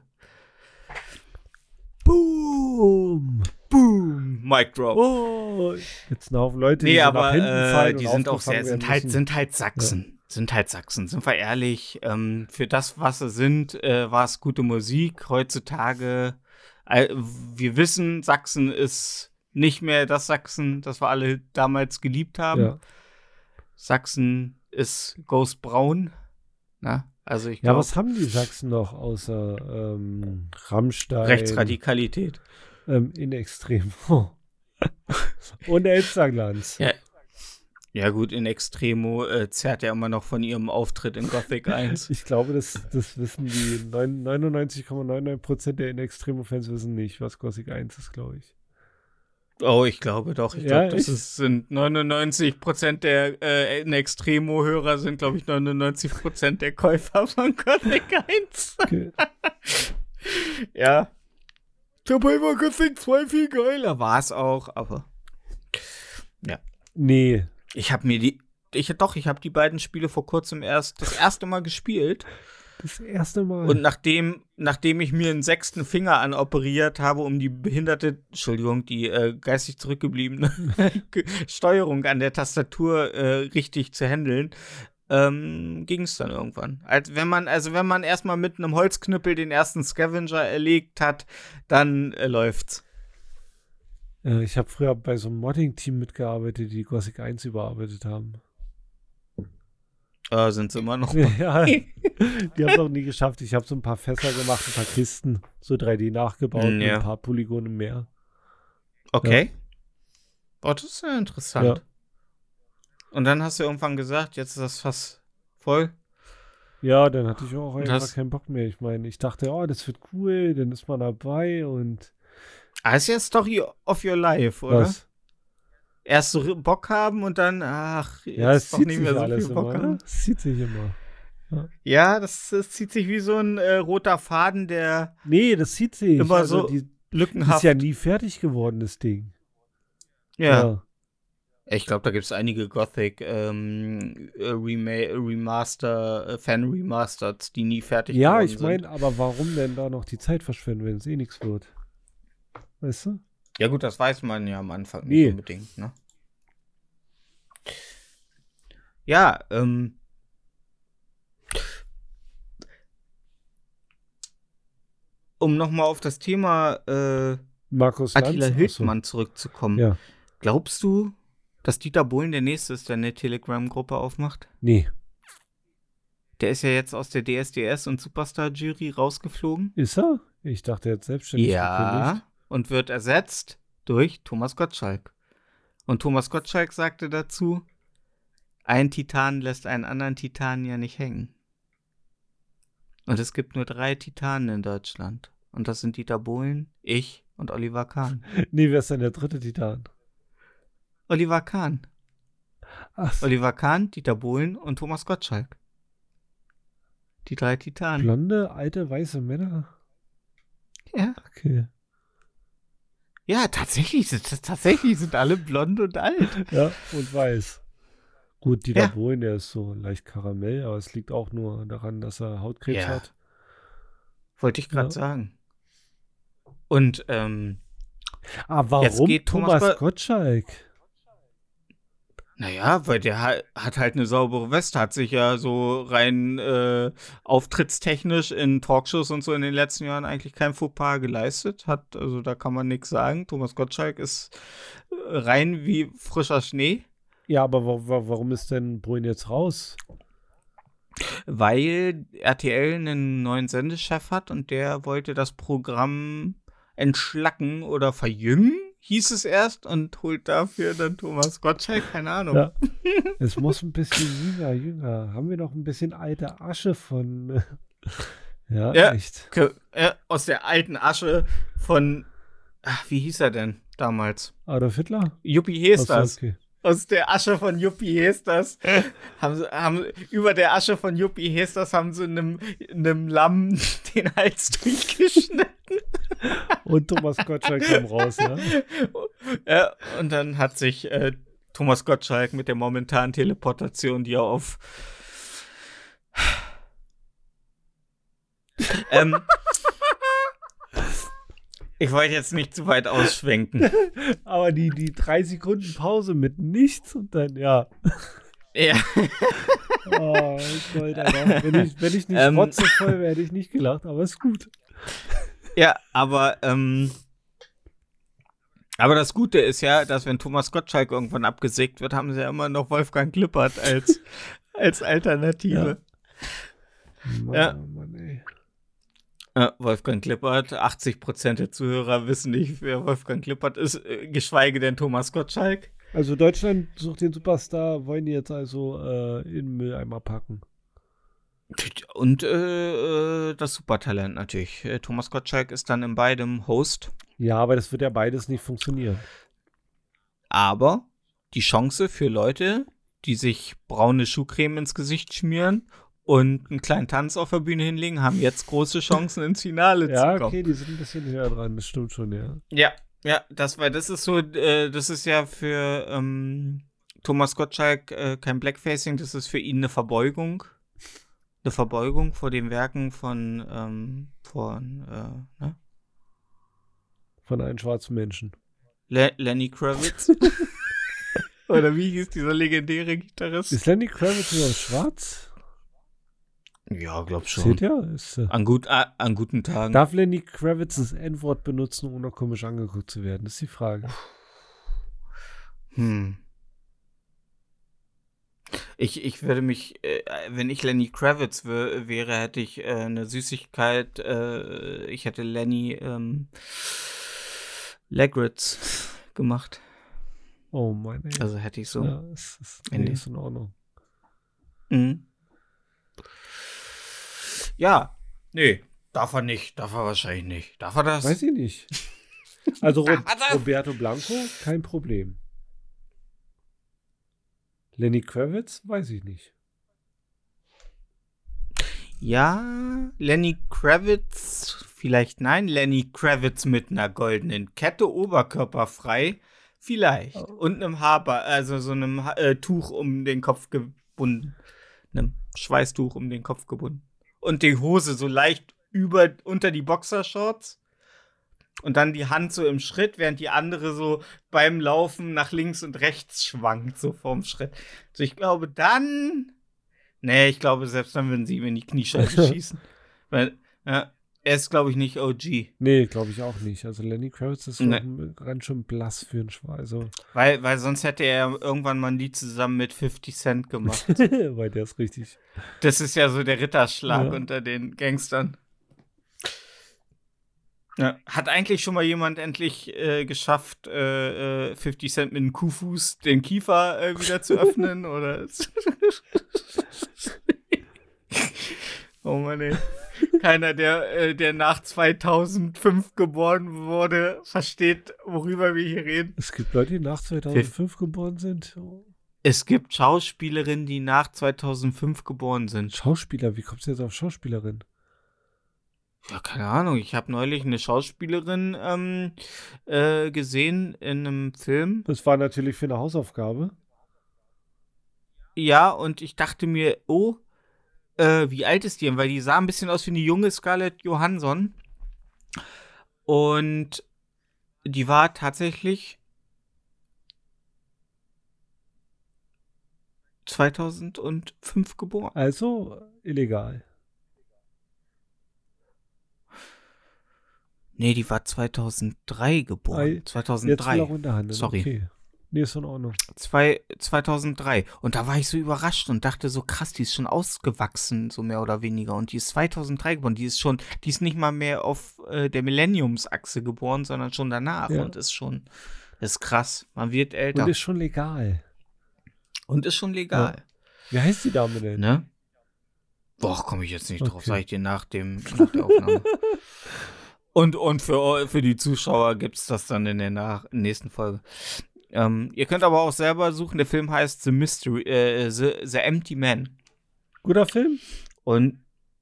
Boom! Boom! Mic drop. Oh, jetzt ein Haufen Leute, die so aber nach hinten fallen die und sind auch sehr, aufgefangen sind halt Sachsen. Ja. Sind halt Sachsen, sind wir ehrlich. Für das, was sie sind, war es gute Musik. Heutzutage, wir wissen, Sachsen ist nicht mehr das Sachsen, das wir alle damals geliebt haben. Ja. Sachsen ist Ghost Braun. Na? Also ich glaube, was haben die Sachsen noch außer Rammstein? Rechtsradikalität. In Extremo. Und Elsterglanz. Ja gut, in Extremo zerrt ja immer noch von ihrem Auftritt in Gothic 1. Ich glaube, das wissen die 99,99% der In Extremo-Fans wissen nicht, was Gothic 1 ist, glaube ich. Oh, ich glaube doch. Ich glaube, sind 99% der In Extremo-Hörer sind, glaube ich, 99% der Käufer von Gothic 1. Okay. Ja. Dabei war Gothic 2 viel geiler. War es auch, aber ja. Nee. Ich habe die beiden Spiele vor kurzem das erste Mal gespielt. Das erste Mal. Und nachdem ich mir einen 6. Finger anoperiert habe, um die die geistig zurückgebliebene Steuerung an der Tastatur richtig zu handeln, ging es dann irgendwann. Wenn man erstmal mit einem Holzknüppel den ersten Scavenger erlegt hat, dann läuft's. Ich habe früher bei so einem Modding-Team mitgearbeitet, die Gothic 1 überarbeitet haben. Sind sie immer noch? Ja, die haben es auch nie geschafft. Ich habe so ein paar Fässer gemacht, ein paar Kisten, so 3D nachgebaut, mit ein paar Polygone mehr. Okay. Ja. Das ist ja interessant. Ja. Und dann hast du irgendwann gesagt, jetzt ist das Fass voll. Ja, dann hatte ich auch einfach keinen Bock mehr. Ich meine, ich dachte, das wird cool, dann ist man dabei und das ist ja Story of your life, oder? Was? Erst so Bock haben und dann, es doch nicht mehr so viel Bock haben. Das zieht sich immer. Ja, das zieht sich wie so ein roter Faden, der das zieht sich. Immer so lückenhaft. Ist ja nie fertig geworden, das Ding. Ja. Ich glaube, da gibt es einige Gothic Fan-Remasters, die nie fertig geworden sind. Ja, ich meine, aber warum denn da noch die Zeit verschwenden, wenn es eh nichts wird? Weißt du? Ja gut, das weiß man ja am Anfang nicht unbedingt, ne? Ja, um nochmal auf das Thema Markus Attila Hildmann zurückzukommen. Ja. Glaubst du, dass Dieter Bohlen der Nächste ist, der eine Telegram-Gruppe aufmacht? Nee. Der ist ja jetzt aus der DSDS und Superstar-Jury rausgeflogen. Ist er? Ich dachte, er hat selbstständig gekündigt. Und wird ersetzt durch Thomas Gottschalk. Und Thomas Gottschalk sagte dazu, ein Titan lässt einen anderen Titan ja nicht hängen. Und es gibt nur 3 Titanen in Deutschland. Und das sind Dieter Bohlen, ich und Oliver Kahn. Nee, wer ist denn der 3. Titan? Oliver Kahn. Ach. Oliver Kahn, Dieter Bohlen und Thomas Gottschalk. Die 3 Titanen. Blonde, alte, weiße Männer? Ja. Okay. Ja, tatsächlich sind alle blond und alt. Ja, und weiß. Gut, Dieter Bohlen, der ist so leicht Karamell, aber es liegt auch nur daran, dass er Hautkrebs hat. Wollte ich gerade sagen. Und, warum jetzt geht Thomas Gottschalk? Naja, weil der hat halt eine saubere Weste, hat sich ja so rein auftrittstechnisch in Talkshows und so in den letzten Jahren eigentlich kein Fauxpas geleistet. Also da kann man nichts sagen. Thomas Gottschalk ist rein wie frischer Schnee. Ja, aber warum ist denn Brühl jetzt raus? Weil RTL einen neuen Sendechef hat und der wollte das Programm entschlacken oder verjüngen, hieß es erst, und holt dafür dann Thomas Gottschalk, keine Ahnung. Ja. Es muss ein bisschen jünger. Haben wir noch ein bisschen alte Asche von. Ja, echt. Aus der alten Asche von, wie hieß er denn damals? Adolf Hitler? Juppie Hesters. Okay. Aus der Asche von Juppie Hesters über der Asche von Juppie Hesters haben sie einem Lamm den Hals durchgeschnitten. Und Thomas Gottschalk kam raus, ja? Ja, und dann hat sich Thomas Gottschalk mit der momentanen Teleportation, die er auf ich wollte jetzt nicht zu weit ausschwenken. Aber die 3 Sekunden Pause mit nichts und dann, ja. Ja. Oh Gott, Alter. Wenn ich nicht rotzevoll wäre, hätte ich nicht gelacht, aber ist gut. Ja, aber das Gute ist ja, dass wenn Thomas Gottschalk irgendwann abgesägt wird, haben sie ja immer noch Wolfgang Klippert als Alternative. Ja. Mann, ey. Wolfgang Klippert, 80% der Zuhörer wissen nicht, wer Wolfgang Klippert ist, geschweige denn Thomas Gottschalk. Also Deutschland sucht den Superstar, wollen die jetzt also in den Mülleimer packen. Und das Supertalent natürlich. Thomas Gottschalk ist dann in beidem Host. Ja, aber das wird ja beides nicht funktionieren. Aber die Chance für Leute, die sich braune Schuhcreme ins Gesicht schmieren und einen kleinen Tanz auf der Bühne hinlegen, haben jetzt große Chancen ins Finale zu kommen. Ja, okay, die sind ein bisschen höher dran, das stimmt schon, ja. Ja, das ist so, das ist ja für Thomas Gottschalk kein Blackfacing, das ist für ihn eine Verbeugung. Eine Verbeugung vor den Werken von ne? Von einem schwarzen Menschen. Lenny Kravitz. Oder wie hieß dieser legendäre Gitarrist? Ist Lenny Kravitz überhaupt schwarz? Ja, glaub schon. Seht ihr? An guten Tagen. Darf Lenny Kravitz das N-Wort benutzen, ohne komisch angeguckt zu werden? Das ist die Frage. Ich würde mich, wenn ich Lenny Kravitz wäre, hätte ich eine Süßigkeit, ich hätte Lenny Legritz gemacht. Oh mein Gott. Also hätte ich so. Ja, ist in Ordnung. Mhm. Ja, nee, darf er nicht. Darf er wahrscheinlich nicht. Darf er das? Weiß ich nicht. Also Roberto Blanco, kein Problem. Lenny Kravitz, weiß ich nicht. Ja, Lenny Kravitz, vielleicht nein. Lenny Kravitz mit einer goldenen Kette, oberkörperfrei, vielleicht. Und einem also so einem Tuch um den Kopf gebunden. Einem Schweißtuch um den Kopf gebunden. Und die Hose so leicht unter die Boxershorts. Und dann die Hand so im Schritt, während die andere so beim Laufen nach links und rechts schwankt, so vorm Schritt. Also ich glaube dann. Nee, ich glaube, selbst dann würden sie ihm in die Kniescheibe schießen. Weil, ja, er ist, glaube ich, nicht OG. Nee, glaube ich auch nicht. Also Lenny Kravitz ist ganz schön blass für einen Schweiß. Weil sonst hätte er irgendwann mal ein Lied zusammen mit 50 Cent gemacht. Weil der ist richtig. Das ist ja so der Ritterschlag unter den Gangstern. Ja. Hat eigentlich schon mal jemand endlich geschafft, 50 Cent mit einem Kuhfuß den Kiefer wieder zu öffnen? Oder? Oh Mann, ey. Keiner, der nach 2005 geboren wurde, versteht, worüber wir hier reden. Es gibt Leute, die nach 2005 geboren sind. Es gibt Schauspielerinnen, die nach 2005 geboren sind. Schauspieler? Wie kommst du jetzt auf Schauspielerin? Ja, keine Ahnung. Ich habe neulich eine Schauspielerin gesehen in einem Film. Das war natürlich für eine Hausaufgabe. Ja, und ich dachte mir, wie alt ist die denn? Weil die sah ein bisschen aus wie eine junge Scarlett Johansson. Und die war tatsächlich 2005 geboren. Also illegal. Nee, die war 2003 geboren. Jetzt 2003. will er runterhandeln. Sorry. Okay. Nee, ist in Ordnung. 2003. Und da war ich so überrascht und dachte so, krass, die ist schon ausgewachsen, so mehr oder weniger. Und die ist 2003 geboren. Die ist nicht mal mehr auf der Millenniumsachse geboren, sondern schon danach. Ja. Und ist krass. Man wird älter. Und ist schon legal. Ja. Wie heißt die Dame denn? Ne? Boah, komme ich jetzt nicht drauf. Okay. Sag ich dir nach der Aufnahme. Und für die Zuschauer gibt es das dann in der nächsten Folge. Ihr könnt aber auch selber suchen. Der Film heißt The Empty Man. Guter Film? Und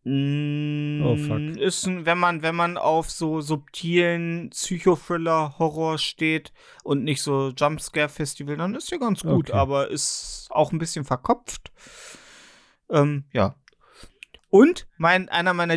fuck. ist, wenn man auf so subtilen Psychothriller-Horror steht und nicht so Jumpscare-Festival, dann ist der ganz gut, Okay. aber ist auch ein bisschen verkopft. Ja. Und einer meiner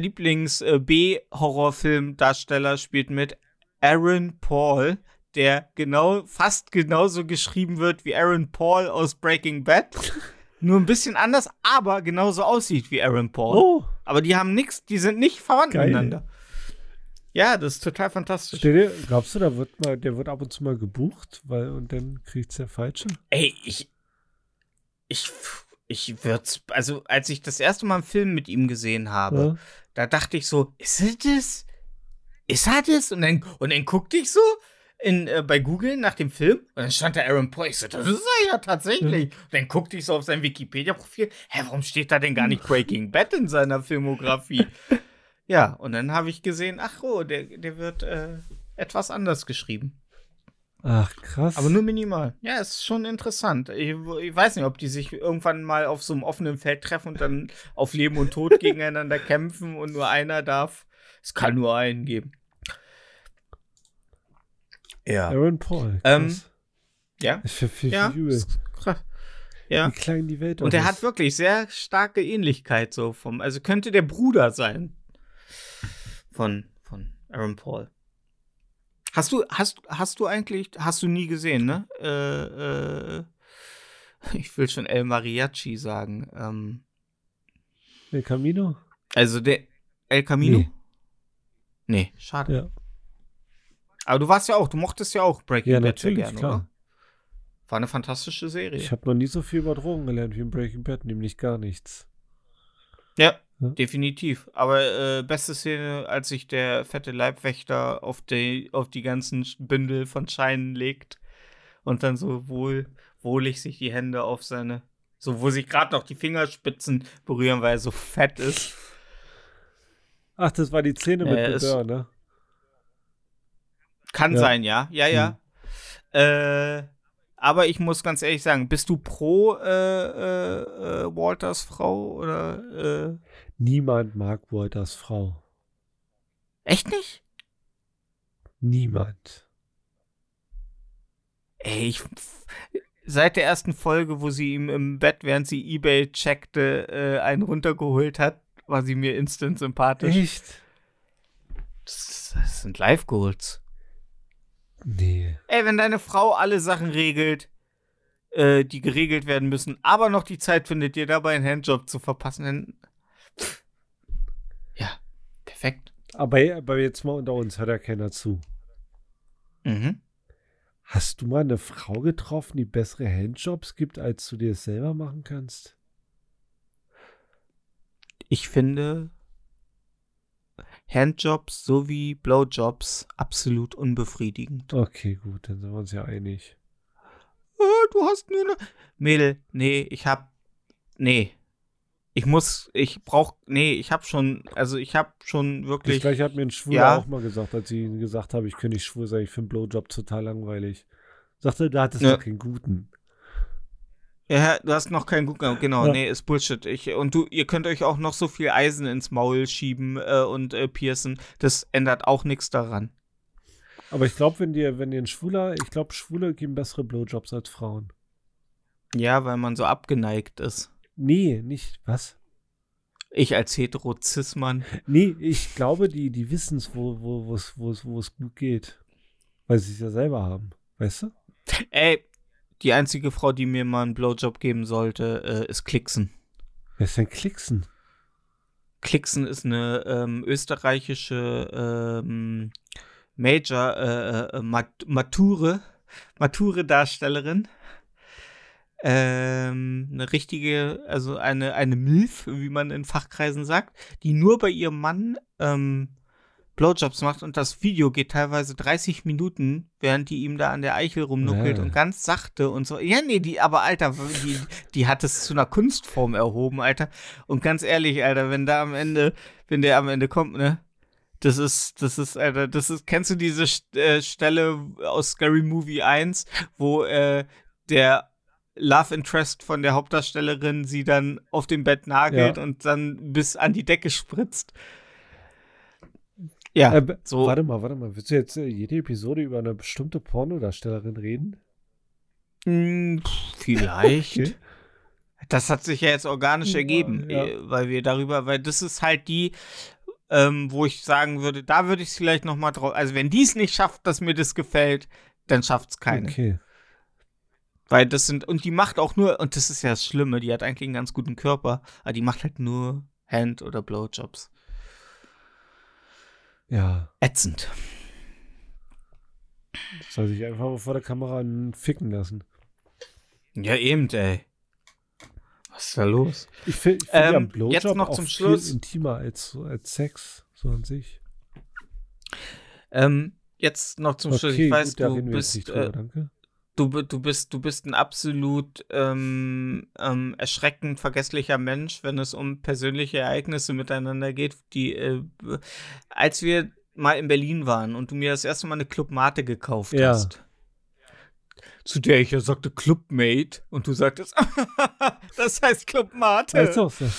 Lieblings-B-Horrorfilmdarsteller spielt mit, Aaron Paul, der fast genauso geschrieben wird wie Aaron Paul aus Breaking Bad. Nur ein bisschen anders, aber genauso aussieht wie Aaron Paul. Oh, Aber die haben nichts, die sind nicht verwandt Geil. miteinander. Ja, das ist total fantastisch. glaubst du, der wird ab und zu mal gebucht, und dann kriegt's der Falsche? Ey, ich würde, also als ich das erste Mal einen Film mit ihm gesehen habe, Ja. da dachte ich so, ist er das? Ist er das? Und dann guckte ich so bei Google nach dem Film und dann stand da Aaron Paul. Ich so, das ist er ja tatsächlich. Und dann guckte ich so auf sein Wikipedia-Profil. Warum steht da denn gar nicht Breaking Bad in seiner Filmografie? Ja, und dann habe ich gesehen, der wird etwas anders geschrieben. Ach, krass. Aber nur minimal. Ja, ist schon interessant. Ich weiß nicht, ob die sich irgendwann mal auf so einem offenen Feld treffen und dann auf Leben und Tod gegeneinander kämpfen und nur einer darf. Es kann nur einen geben. Ja. Aaron Paul. Krass. Ja. Ich finde Ja. übel. Ist krass. Ja. Wie klein die Welt Und er ist. hat wirklich sehr starke Ähnlichkeit so also könnte der Bruder sein von Aaron Paul. Hast du nie gesehen, ne? Ich will schon El Mariachi sagen. El Camino? Also der El Camino? Nee. Nee, schade. Ja. Aber du mochtest ja auch Breaking Ja, Bad sehr natürlich, gerne, klar. oder? War eine fantastische Serie. Ich habe noch nie so viel über Drogen gelernt wie in Breaking Bad, nämlich gar nichts. Ja, Ja. definitiv. Aber beste Szene, als sich der fette Leibwächter auf die ganzen Bündel von Scheinen legt und dann so wohlig sich die Hände auf wo sich gerade noch die Fingerspitzen berühren, weil er so fett ist. Ach, das war die Szene mit ist- Bedeur, ne? Kann Ja. sein, ja. Ja. Aber ich muss ganz ehrlich sagen, bist du pro Walters Frau oder Niemand mag Walters Frau. echt nicht? Niemand. Ey, seit der ersten Folge, wo sie ihm im Bett, während sie eBay checkte, einen runtergeholt hat, war sie mir instant sympathisch. Echt? Das sind Live-Goals. Nee. Ey, wenn deine Frau alle Sachen regelt, die geregelt werden müssen, aber noch die Zeit findet, dir dabei einen Handjob zu verpassen, dann ja, perfekt. Aber jetzt mal unter uns, hört ja keiner zu. Mhm. Hast du mal eine Frau getroffen, die bessere Handjobs gibt, als du dir es selber machen kannst? Ich finde Handjobs sowie Blowjobs absolut unbefriedigend. Okay, gut, dann sind wir uns ja einig. Du hast nur eine Mädel, ich habe schon wirklich. Das gleiche hat mir ein Schwuler Ja. auch mal gesagt, als ich ihm gesagt habe, ich könnte nicht schwul sein, ich finde Blowjob total langweilig. Sagte, da hattest Ja. du keinen guten. Ja, du hast noch keinen Google. Genau, Ja. nee, ist Bullshit. Ihr könnt euch auch noch so viel Eisen ins Maul schieben und piercen. Das ändert auch nichts daran. Aber ich glaube, Schwule geben bessere Blowjobs als Frauen. Ja, weil man so abgeneigt ist. Nee, nicht. Was? Ich als Hetero-Cis-Mann. Nee, ich glaube, die wissen es, wo es gut geht. Weil sie es ja selber haben. Weißt du? Ey, die einzige Frau, die mir mal einen Blowjob geben sollte, ist Klicksen. Wer ist denn Klicksen? Klicksen ist eine österreichische Mature-Darstellerin. Eine richtige, also eine Milf, wie man in Fachkreisen sagt, die nur bei ihrem Mann Blowjobs macht und das Video geht teilweise 30 Minuten, während die ihm da an der Eichel rumnuckelt und ganz sachte und so. Ja, nee, aber Alter, die hat es zu einer Kunstform erhoben, Alter. Und ganz ehrlich, Alter, wenn der am Ende kommt, ne? Das ist, Alter, kennst du diese Stelle aus Scary Movie 1, wo der Love Interest von der Hauptdarstellerin sie dann auf dem Bett nagelt und dann bis an die Decke spritzt? Ja, so. Warte mal. Willst du jetzt jede Episode über eine bestimmte Pornodarstellerin reden? Vielleicht. Okay. Das hat sich ja jetzt organisch ergeben, weil das ist halt die, wo ich sagen würde, da würde ich es vielleicht noch mal drauf, also wenn die es nicht schafft, dass mir das gefällt, dann schafft es keine. Okay. Weil und die macht auch nur, und das ist ja das Schlimme, die hat eigentlich einen ganz guten Körper, aber die macht halt nur Hand- oder Blowjobs. Ja. Ätzend. Soll sich einfach mal vor der Kamera ficken lassen. Ja, eben, ey. Was ist da los? Ich finde ja Blowjob jetzt noch auch zum Schluss viel intimer als Sex, so an sich. Jetzt noch zum Schluss. Ich weiß, gut, du bist danke. Du bist ein absolut erschreckend vergesslicher Mensch, wenn es um persönliche Ereignisse miteinander geht. Als wir mal in Berlin waren und du mir das erste Mal eine Club Mate gekauft hast, zu der ich ja sagte Clubmate und du sagtest, das heißt Club Mate. Ist auch so.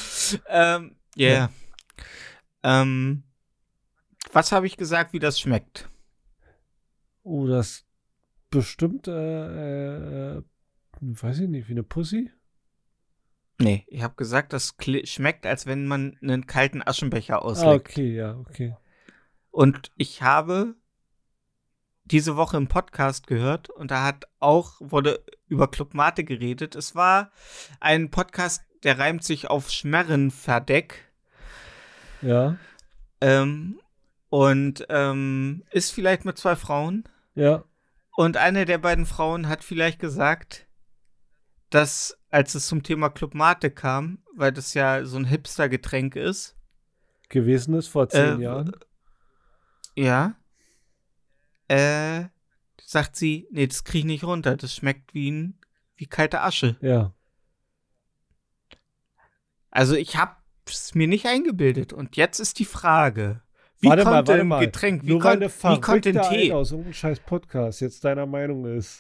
Was habe ich gesagt, wie das schmeckt? Oh, das bestimmt, weiß ich nicht, wie eine Pussy? Nee, ich habe gesagt, das schmeckt, als wenn man einen kalten Aschenbecher ausleckt. Okay. Und ich habe diese Woche im Podcast gehört und da wurde über Club Mate geredet. Es war ein Podcast, der reimt sich auf Schmerrenverdeck. Ja. Ist vielleicht mit 2 Frauen. Ja. Und eine der beiden Frauen hat vielleicht gesagt, dass, als es zum Thema Club Mate kam, weil das ja so ein Hipster-Getränk ist. Gewesen ist vor 10 Jahren. Ja. Sagt sie, nee, das kriege ich nicht runter. Das schmeckt wie kalte Asche. Ja. Also ich habe es mir nicht eingebildet. Und jetzt ist die Frage, wie warte kommt mal. ein Getränk, wie kommt ein Tee? Aus irgendeinem scheiß Podcast jetzt deiner Meinung ist.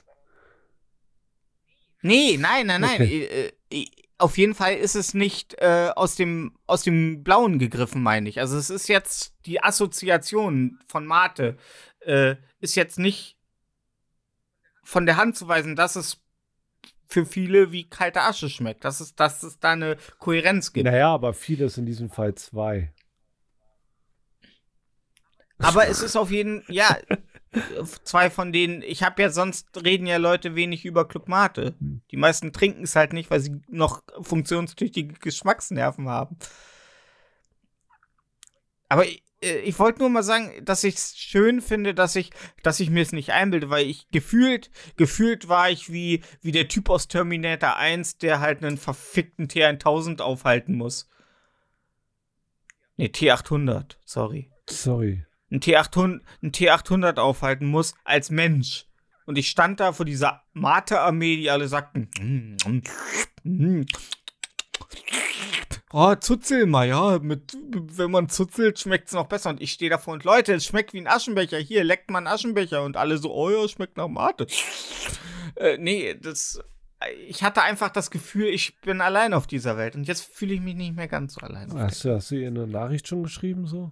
Nee, nein. Okay. Auf jeden Fall ist es nicht aus dem Blauen gegriffen, meine ich. Also es ist jetzt die Assoziation von Mate, ist jetzt nicht von der Hand zu weisen, dass es für viele wie kalte Asche schmeckt, dass es da eine Kohärenz gibt. Naja, aber vieles in diesem Fall 2. Aber es ist auf jeden Fall, 2 von denen, sonst reden ja Leute wenig über Club Mate. Die meisten trinken es halt nicht, weil sie noch funktionstüchtige Geschmacksnerven haben. Aber ich wollte nur mal sagen, dass ich es schön finde, dass ich mir es nicht einbilde, weil ich gefühlt war ich wie der Typ aus Terminator 1, der halt einen verfickten T1000 aufhalten muss. Nee, T800, sorry. Ein T800 aufhalten muss als Mensch. Und ich stand da vor dieser Mate-Armee, die alle sagten, zuzel mal, ja, wenn man zuzelt, schmeckt es noch besser. Und ich stehe davor und Leute, es schmeckt wie ein Aschenbecher. Hier, leckt mal einen Aschenbecher. Und alle so, oh ja, schmeckt nach Mate. Ich hatte einfach das Gefühl, ich bin allein auf dieser Welt. Und jetzt fühle ich mich nicht mehr ganz so allein. Hast du ihr eine Nachricht schon geschrieben, so?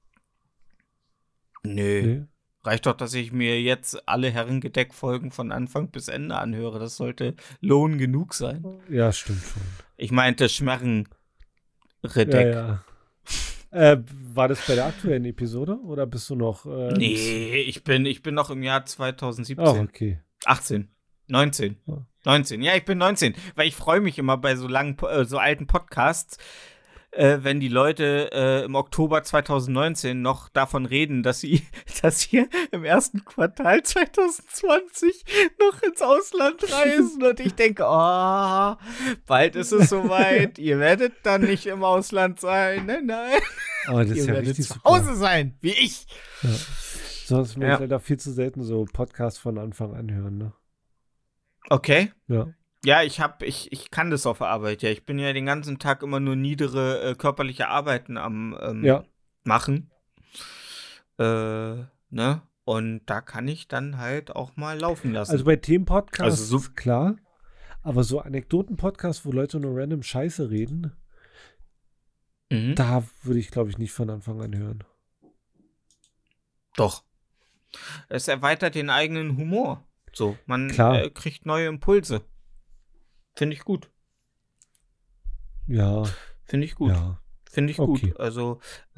Nö. Reicht doch, dass ich mir jetzt alle Herrengedeck-Folgen von Anfang bis Ende anhöre. Das sollte Lohn genug sein. Ja, stimmt schon. Ich meinte Schmerrengedeck. Ja. War das bei der aktuellen Episode oder bist du noch? Nee, ich bin noch im Jahr 2017. Oh, okay. 18. 19. Ja. 19. Ja, ich bin 19, weil ich freue mich immer bei so langen, so alten Podcasts, wenn die Leute im Oktober 2019 noch davon reden, dass sie im ersten Quartal 2020 noch ins Ausland reisen. Und ich denke, oh, bald ist es soweit. Ihr werdet dann nicht im Ausland sein. Nein. Aber das Ihr ist ja werdet richtig zu super. Hause sein, wie ich. Ja. Sonst mir Ja. leider viel zu selten so Podcasts von Anfang an hören, ne? Okay. Ja. Ja, ich kann das auf der Arbeit, ja. Ich bin ja den ganzen Tag immer nur niedere körperliche Arbeiten am Ja. machen. Ne? Und da kann ich dann halt auch mal laufen lassen. Also bei Themenpodcasts Also so- klar, aber so Anekdoten-Podcasts, wo Leute nur random Scheiße reden, Mhm. da würde ich, glaube ich, nicht von Anfang an hören. Doch. Es erweitert den eigenen Humor. So, man Klar. kriegt neue Impulse. Finde ich gut. Ja, Finde ich gut. ja. Finde ich Okay. gut. Also,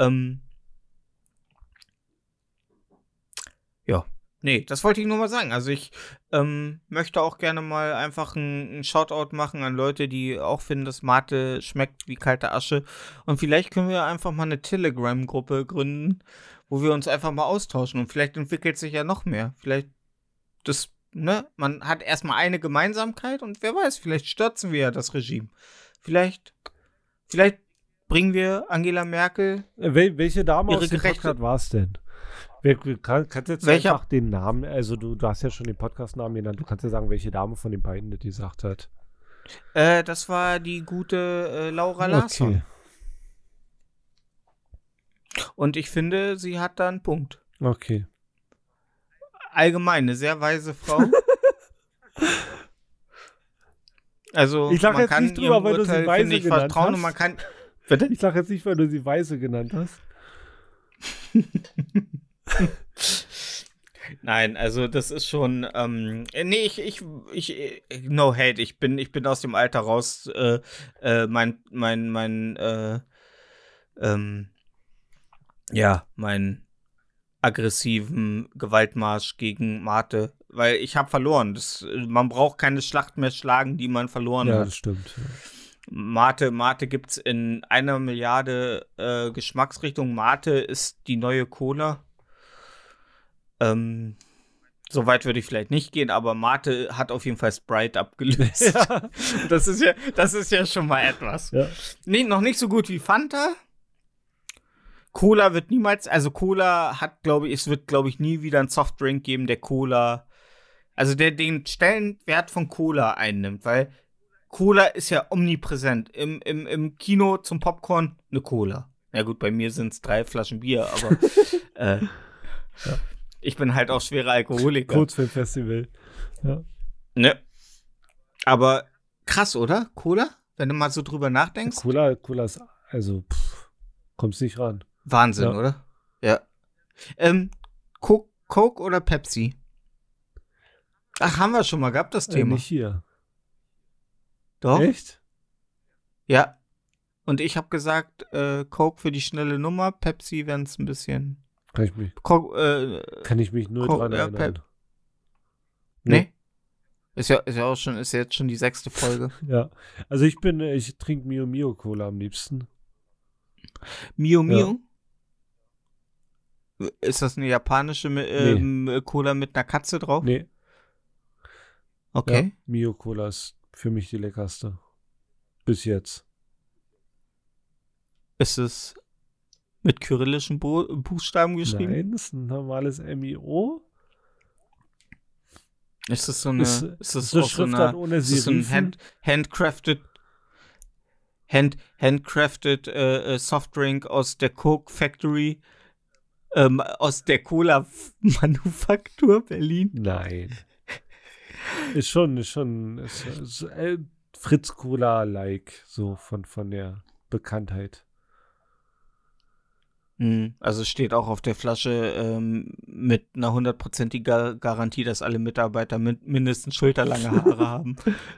ja. Nee, das wollte ich nur mal sagen. Also ich möchte auch gerne mal einfach einen Shoutout machen an Leute, die auch finden, dass Mate schmeckt wie kalte Asche. Und vielleicht können wir einfach mal eine Telegram-Gruppe gründen, wo wir uns einfach mal austauschen. Und vielleicht entwickelt sich ja noch mehr. Vielleicht man hat erstmal eine Gemeinsamkeit und wer weiß, vielleicht stürzen wir ja das Regime. Vielleicht bringen wir Angela Merkel. Welche Dame Ihre aus dem gerechte- Podcast war es denn? Kannst jetzt Welcher- einfach den Namen, also du hast ja schon den Podcast-Namen genannt, du kannst ja sagen, welche Dame von den beiden das gesagt hat. Das war die gute Laura Larsson. Und ich finde, sie hat da einen Punkt. Okay. Allgemein eine sehr weise Frau. Also, Ich lach man jetzt kann nicht drüber, ihrem weil du sie Urteil, weise finde ich, genannt vertrauen hast. und man kann. Bitte? Ich sage jetzt nicht, weil du sie Weise genannt hast. Nein, also das ist schon, nee, no hate, ich bin aus dem Alter raus, mein aggressiven Gewaltmarsch gegen Mate, weil ich habe verloren. Man braucht keine Schlacht mehr schlagen, die man verloren Ja, hat. das stimmt. Ja. Mate gibt's in 1 Milliarde Geschmacksrichtungen. Mate ist die neue Cola. So weit würde ich vielleicht nicht gehen, aber Mate hat auf jeden Fall Sprite abgelöst. Ja. Das ist ja schon mal etwas. Ja. Nee, noch nicht so gut wie Fanta. Cola wird niemals, also Cola hat, es wird, glaube ich, nie wieder einen Softdrink geben, der Cola, also der den Stellenwert von Cola einnimmt, weil Cola ist ja omnipräsent. Im Kino zum Popcorn eine Cola. Ja gut, bei mir sind es 3 Flaschen Bier, aber ich bin halt auch schwerer Alkoholiker. Kurzfilmfestival. Ja. Ne? Aber krass, oder? Cola? Wenn du mal so drüber nachdenkst. Cola ist, also, kommst nicht ran. Wahnsinn, Ja. oder? Ja. Coke oder Pepsi? Ach, haben wir schon mal gehabt, das Thema. Nicht hier. Doch? Echt? Ja. Und ich habe gesagt, Coke für die schnelle Nummer, Pepsi, wenn es ein bisschen. Kann ich mich nur dran erinnern. Nee? Ist ja jetzt schon die 6. Folge. Ja. Also ich trinke Mio Mio Cola am liebsten. Mio Mio? Ist das eine japanische Cola mit einer Katze drauf? Nee. Okay. Ja, Mio Cola ist für mich die leckerste. Bis jetzt. Ist es mit kyrillischen Buchstaben geschrieben? Nein, das ist ein normales MIO. Ist das so eine Ist das eine Schriftart ohne ist das so ein Serifen? handcrafted Softdrink aus der Coke Factory, aus der Cola Manufaktur Berlin? Nein. Ist schon Fritz Cola-like, so von der Bekanntheit. Also steht auch auf der Flasche mit einer 100%igen Garantie, dass alle Mitarbeiter mindestens schulterlange Haare haben.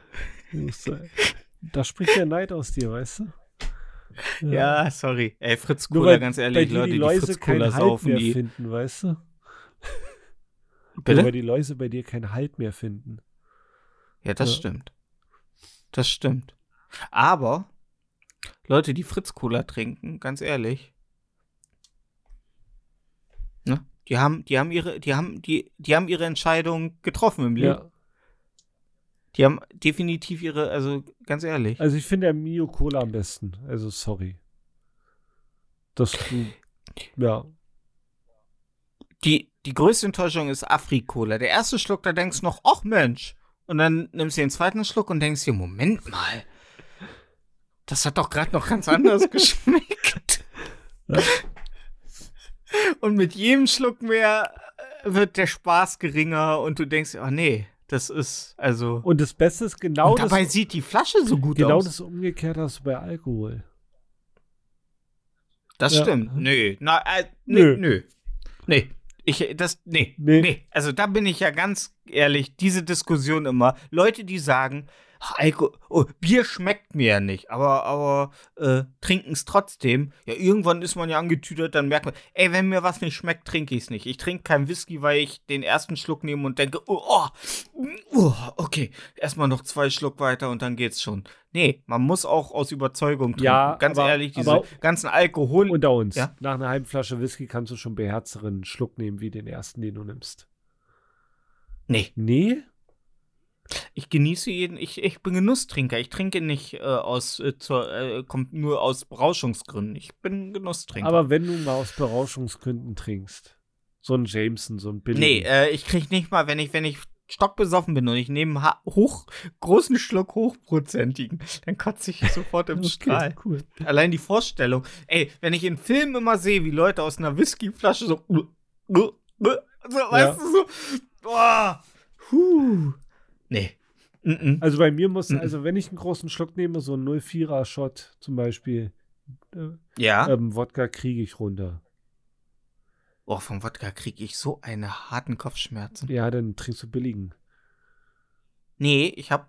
Da spricht der Neid aus dir, weißt du? Ja, sorry. Ey, Fritz Nur Cola, weil ganz bei ehrlich, dir Leute, die die Läuse Fritz keinen Cola Halt saufen, mehr die. finden, weißt du? Bitte? Nur weil die Läuse bei dir keinen Halt mehr finden. Ja, das stimmt. Das stimmt. Aber Leute, die Fritz-Cola trinken, ganz ehrlich, ne? Die haben ihre Entscheidung getroffen im Leben. Ja. Die haben definitiv also ganz ehrlich. Also ich finde der Mio Cola am besten. Also sorry. Ja. Die größte Enttäuschung ist Afri-Cola. Der erste Schluck, da denkst du noch, ach Mensch. Und dann nimmst du den zweiten Schluck und denkst dir, Moment mal. Das hat doch gerade noch ganz anders geschmeckt. Ja. Und mit jedem Schluck mehr wird der Spaß geringer und du denkst, oh nee, das ist also. Und das Beste ist genau und dabei sieht die Flasche so gut genau aus. Genau das Umgekehrte hast du bei Alkohol. Das stimmt. Nee. Nö. Nee. Nee. Also da bin ich ja ganz ehrlich, diese Diskussion immer. Leute, die sagen, Bier schmeckt mir ja nicht, aber trinken es trotzdem. Ja, irgendwann ist man ja angetütert, dann merkt man, wenn mir was nicht schmeckt, trinke ich es nicht. Ich trinke keinen Whisky, weil ich den ersten Schluck nehme und denke, okay, erstmal noch 2 Schluck weiter und dann geht's schon. Nee, man muss auch aus Überzeugung trinken. Ja, ganz ehrlich, diese ganzen Alkohol. Unter uns, ja? Nach einer halben Flasche Whisky kannst du schon beherzteren Schluck nehmen, wie den ersten, den du nimmst. Nee? Ich genieße ich bin Genusstrinker. Ich trinke nicht kommt nur aus Berauschungsgründen. Ich bin Genusstrinker. Aber wenn du mal aus Berauschungsgründen trinkst, so ein Jameson, so ein billigen. Nee, ich krieg nicht mal, wenn ich stockbesoffen bin und ich nehme einen großen Schluck hochprozentigen, dann kotze ich sofort im Strahl. Cool. Allein die Vorstellung. Wenn ich in Filmen immer sehe, wie Leute aus einer Whiskyflasche so weißt du, so, nee. Also bei mir muss, also wenn ich einen großen Schluck nehme, so ein 04er Shot zum Beispiel, Wodka kriege ich runter. Vom Wodka kriege ich so eine harten Kopfschmerzen. Ja, dann trinkst du billigen. Nee, ich hab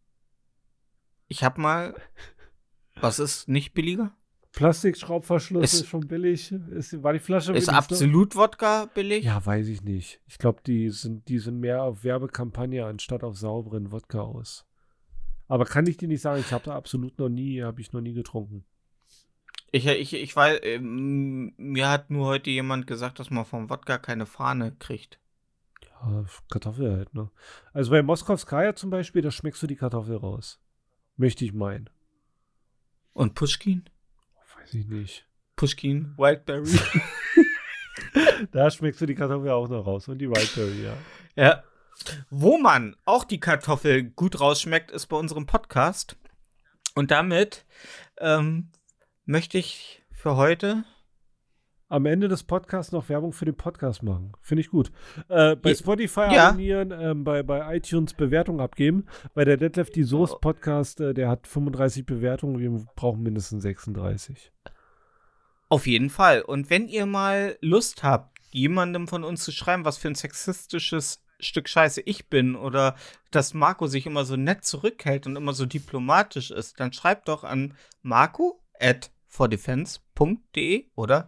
mal, was ist nicht billiger? Plastikschraubverschluss ist schon billig. War die Flasche billig? Ist Absolut Wodka billig? Ja, weiß ich nicht. Ich glaube, die sind mehr auf Werbekampagne anstatt auf sauberen Wodka aus. Aber kann ich dir nicht sagen, ich habe da Absolut noch nie getrunken. Ich weiß, mir hat nur heute jemand gesagt, dass man vom Wodka keine Fahne kriegt. Ja, Kartoffel halt, ne? Also bei Moskowskaja zum Beispiel, da schmeckst du die Kartoffel raus. Möchte ich meinen. Und Pushkin? Weiß ich nicht. Pushkin, Wildberry. Da schmeckst du die Kartoffel auch noch raus. Und die Wildberry, ja. Ja. Wo man auch die Kartoffel gut rausschmeckt, ist bei unserem Podcast. Und damit möchte ich für heute am Ende des Podcasts noch Werbung für den Podcast machen. Finde ich gut. Bei Spotify abonnieren, bei iTunes Bewertung abgeben. Bei der Detlef die Soest Podcast, der hat 35 Bewertungen, wir brauchen mindestens 36. Auf jeden Fall. Und wenn ihr mal Lust habt, jemandem von uns zu schreiben, was für ein sexistisches Stück Scheiße ich bin oder dass Marco sich immer so nett zurückhält und immer so diplomatisch ist, dann schreibt doch an marco@fordefense.de oder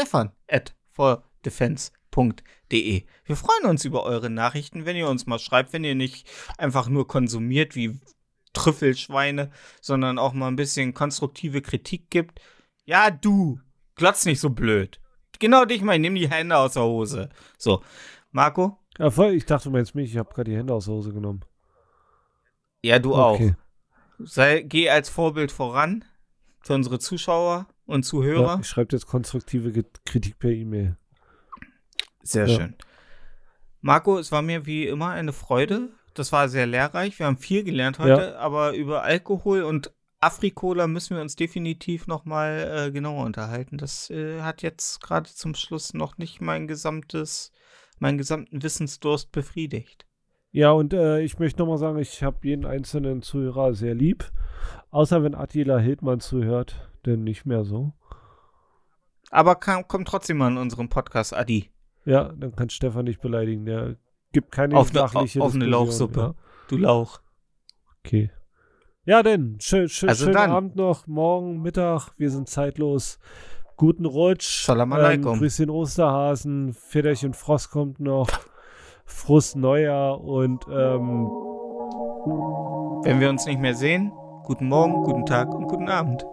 stefan@fordefense.de. Wir freuen uns über eure Nachrichten, wenn ihr uns mal schreibt, wenn ihr nicht einfach nur konsumiert wie Trüffelschweine, sondern auch mal ein bisschen konstruktive Kritik gibt. Ja, du, glotz nicht so blöd. Genau dich mal, nimm die Hände aus der Hose. So, Marco? Ja, voll, ich dachte, du meinst mich, ich habe gerade die Hände aus der Hose genommen. Ja, du okay. auch. Geh als Vorbild voran für unsere Zuschauer und Zuhörer. Ja, ich schreibe jetzt konstruktive Kritik per E-Mail. Sehr schön. Marco, es war mir wie immer eine Freude. Das war sehr lehrreich. Wir haben viel gelernt heute, aber über Alkohol und Afri-Cola müssen wir uns definitiv noch mal genauer unterhalten. Das hat jetzt gerade zum Schluss noch nicht meinen gesamten Wissensdurst befriedigt. Ja, und ich möchte nochmal sagen, ich habe jeden einzelnen Zuhörer sehr lieb. Außer wenn Attila Hildmann zuhört, denn nicht mehr so. Aber kommt trotzdem mal in unserem Podcast, Adi. Ja, dann kann Stefan nicht beleidigen. Der gibt keine sachliche Diskussion. Auf eine Lauchsuppe. Ja. Du Lauch. Okay. Ja, denn schönen dann. Abend noch, morgen, Mittag. Wir sind zeitlos. Guten Rutsch. Salam alaikum. Grüß den Osterhasen. Väterchen Frost kommt noch. Frohes Neujahr und Wenn wir uns nicht mehr sehen, guten Morgen, guten Tag und guten Abend.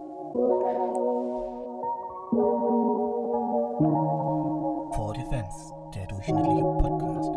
For Defense, der durchschnittliche Podcast.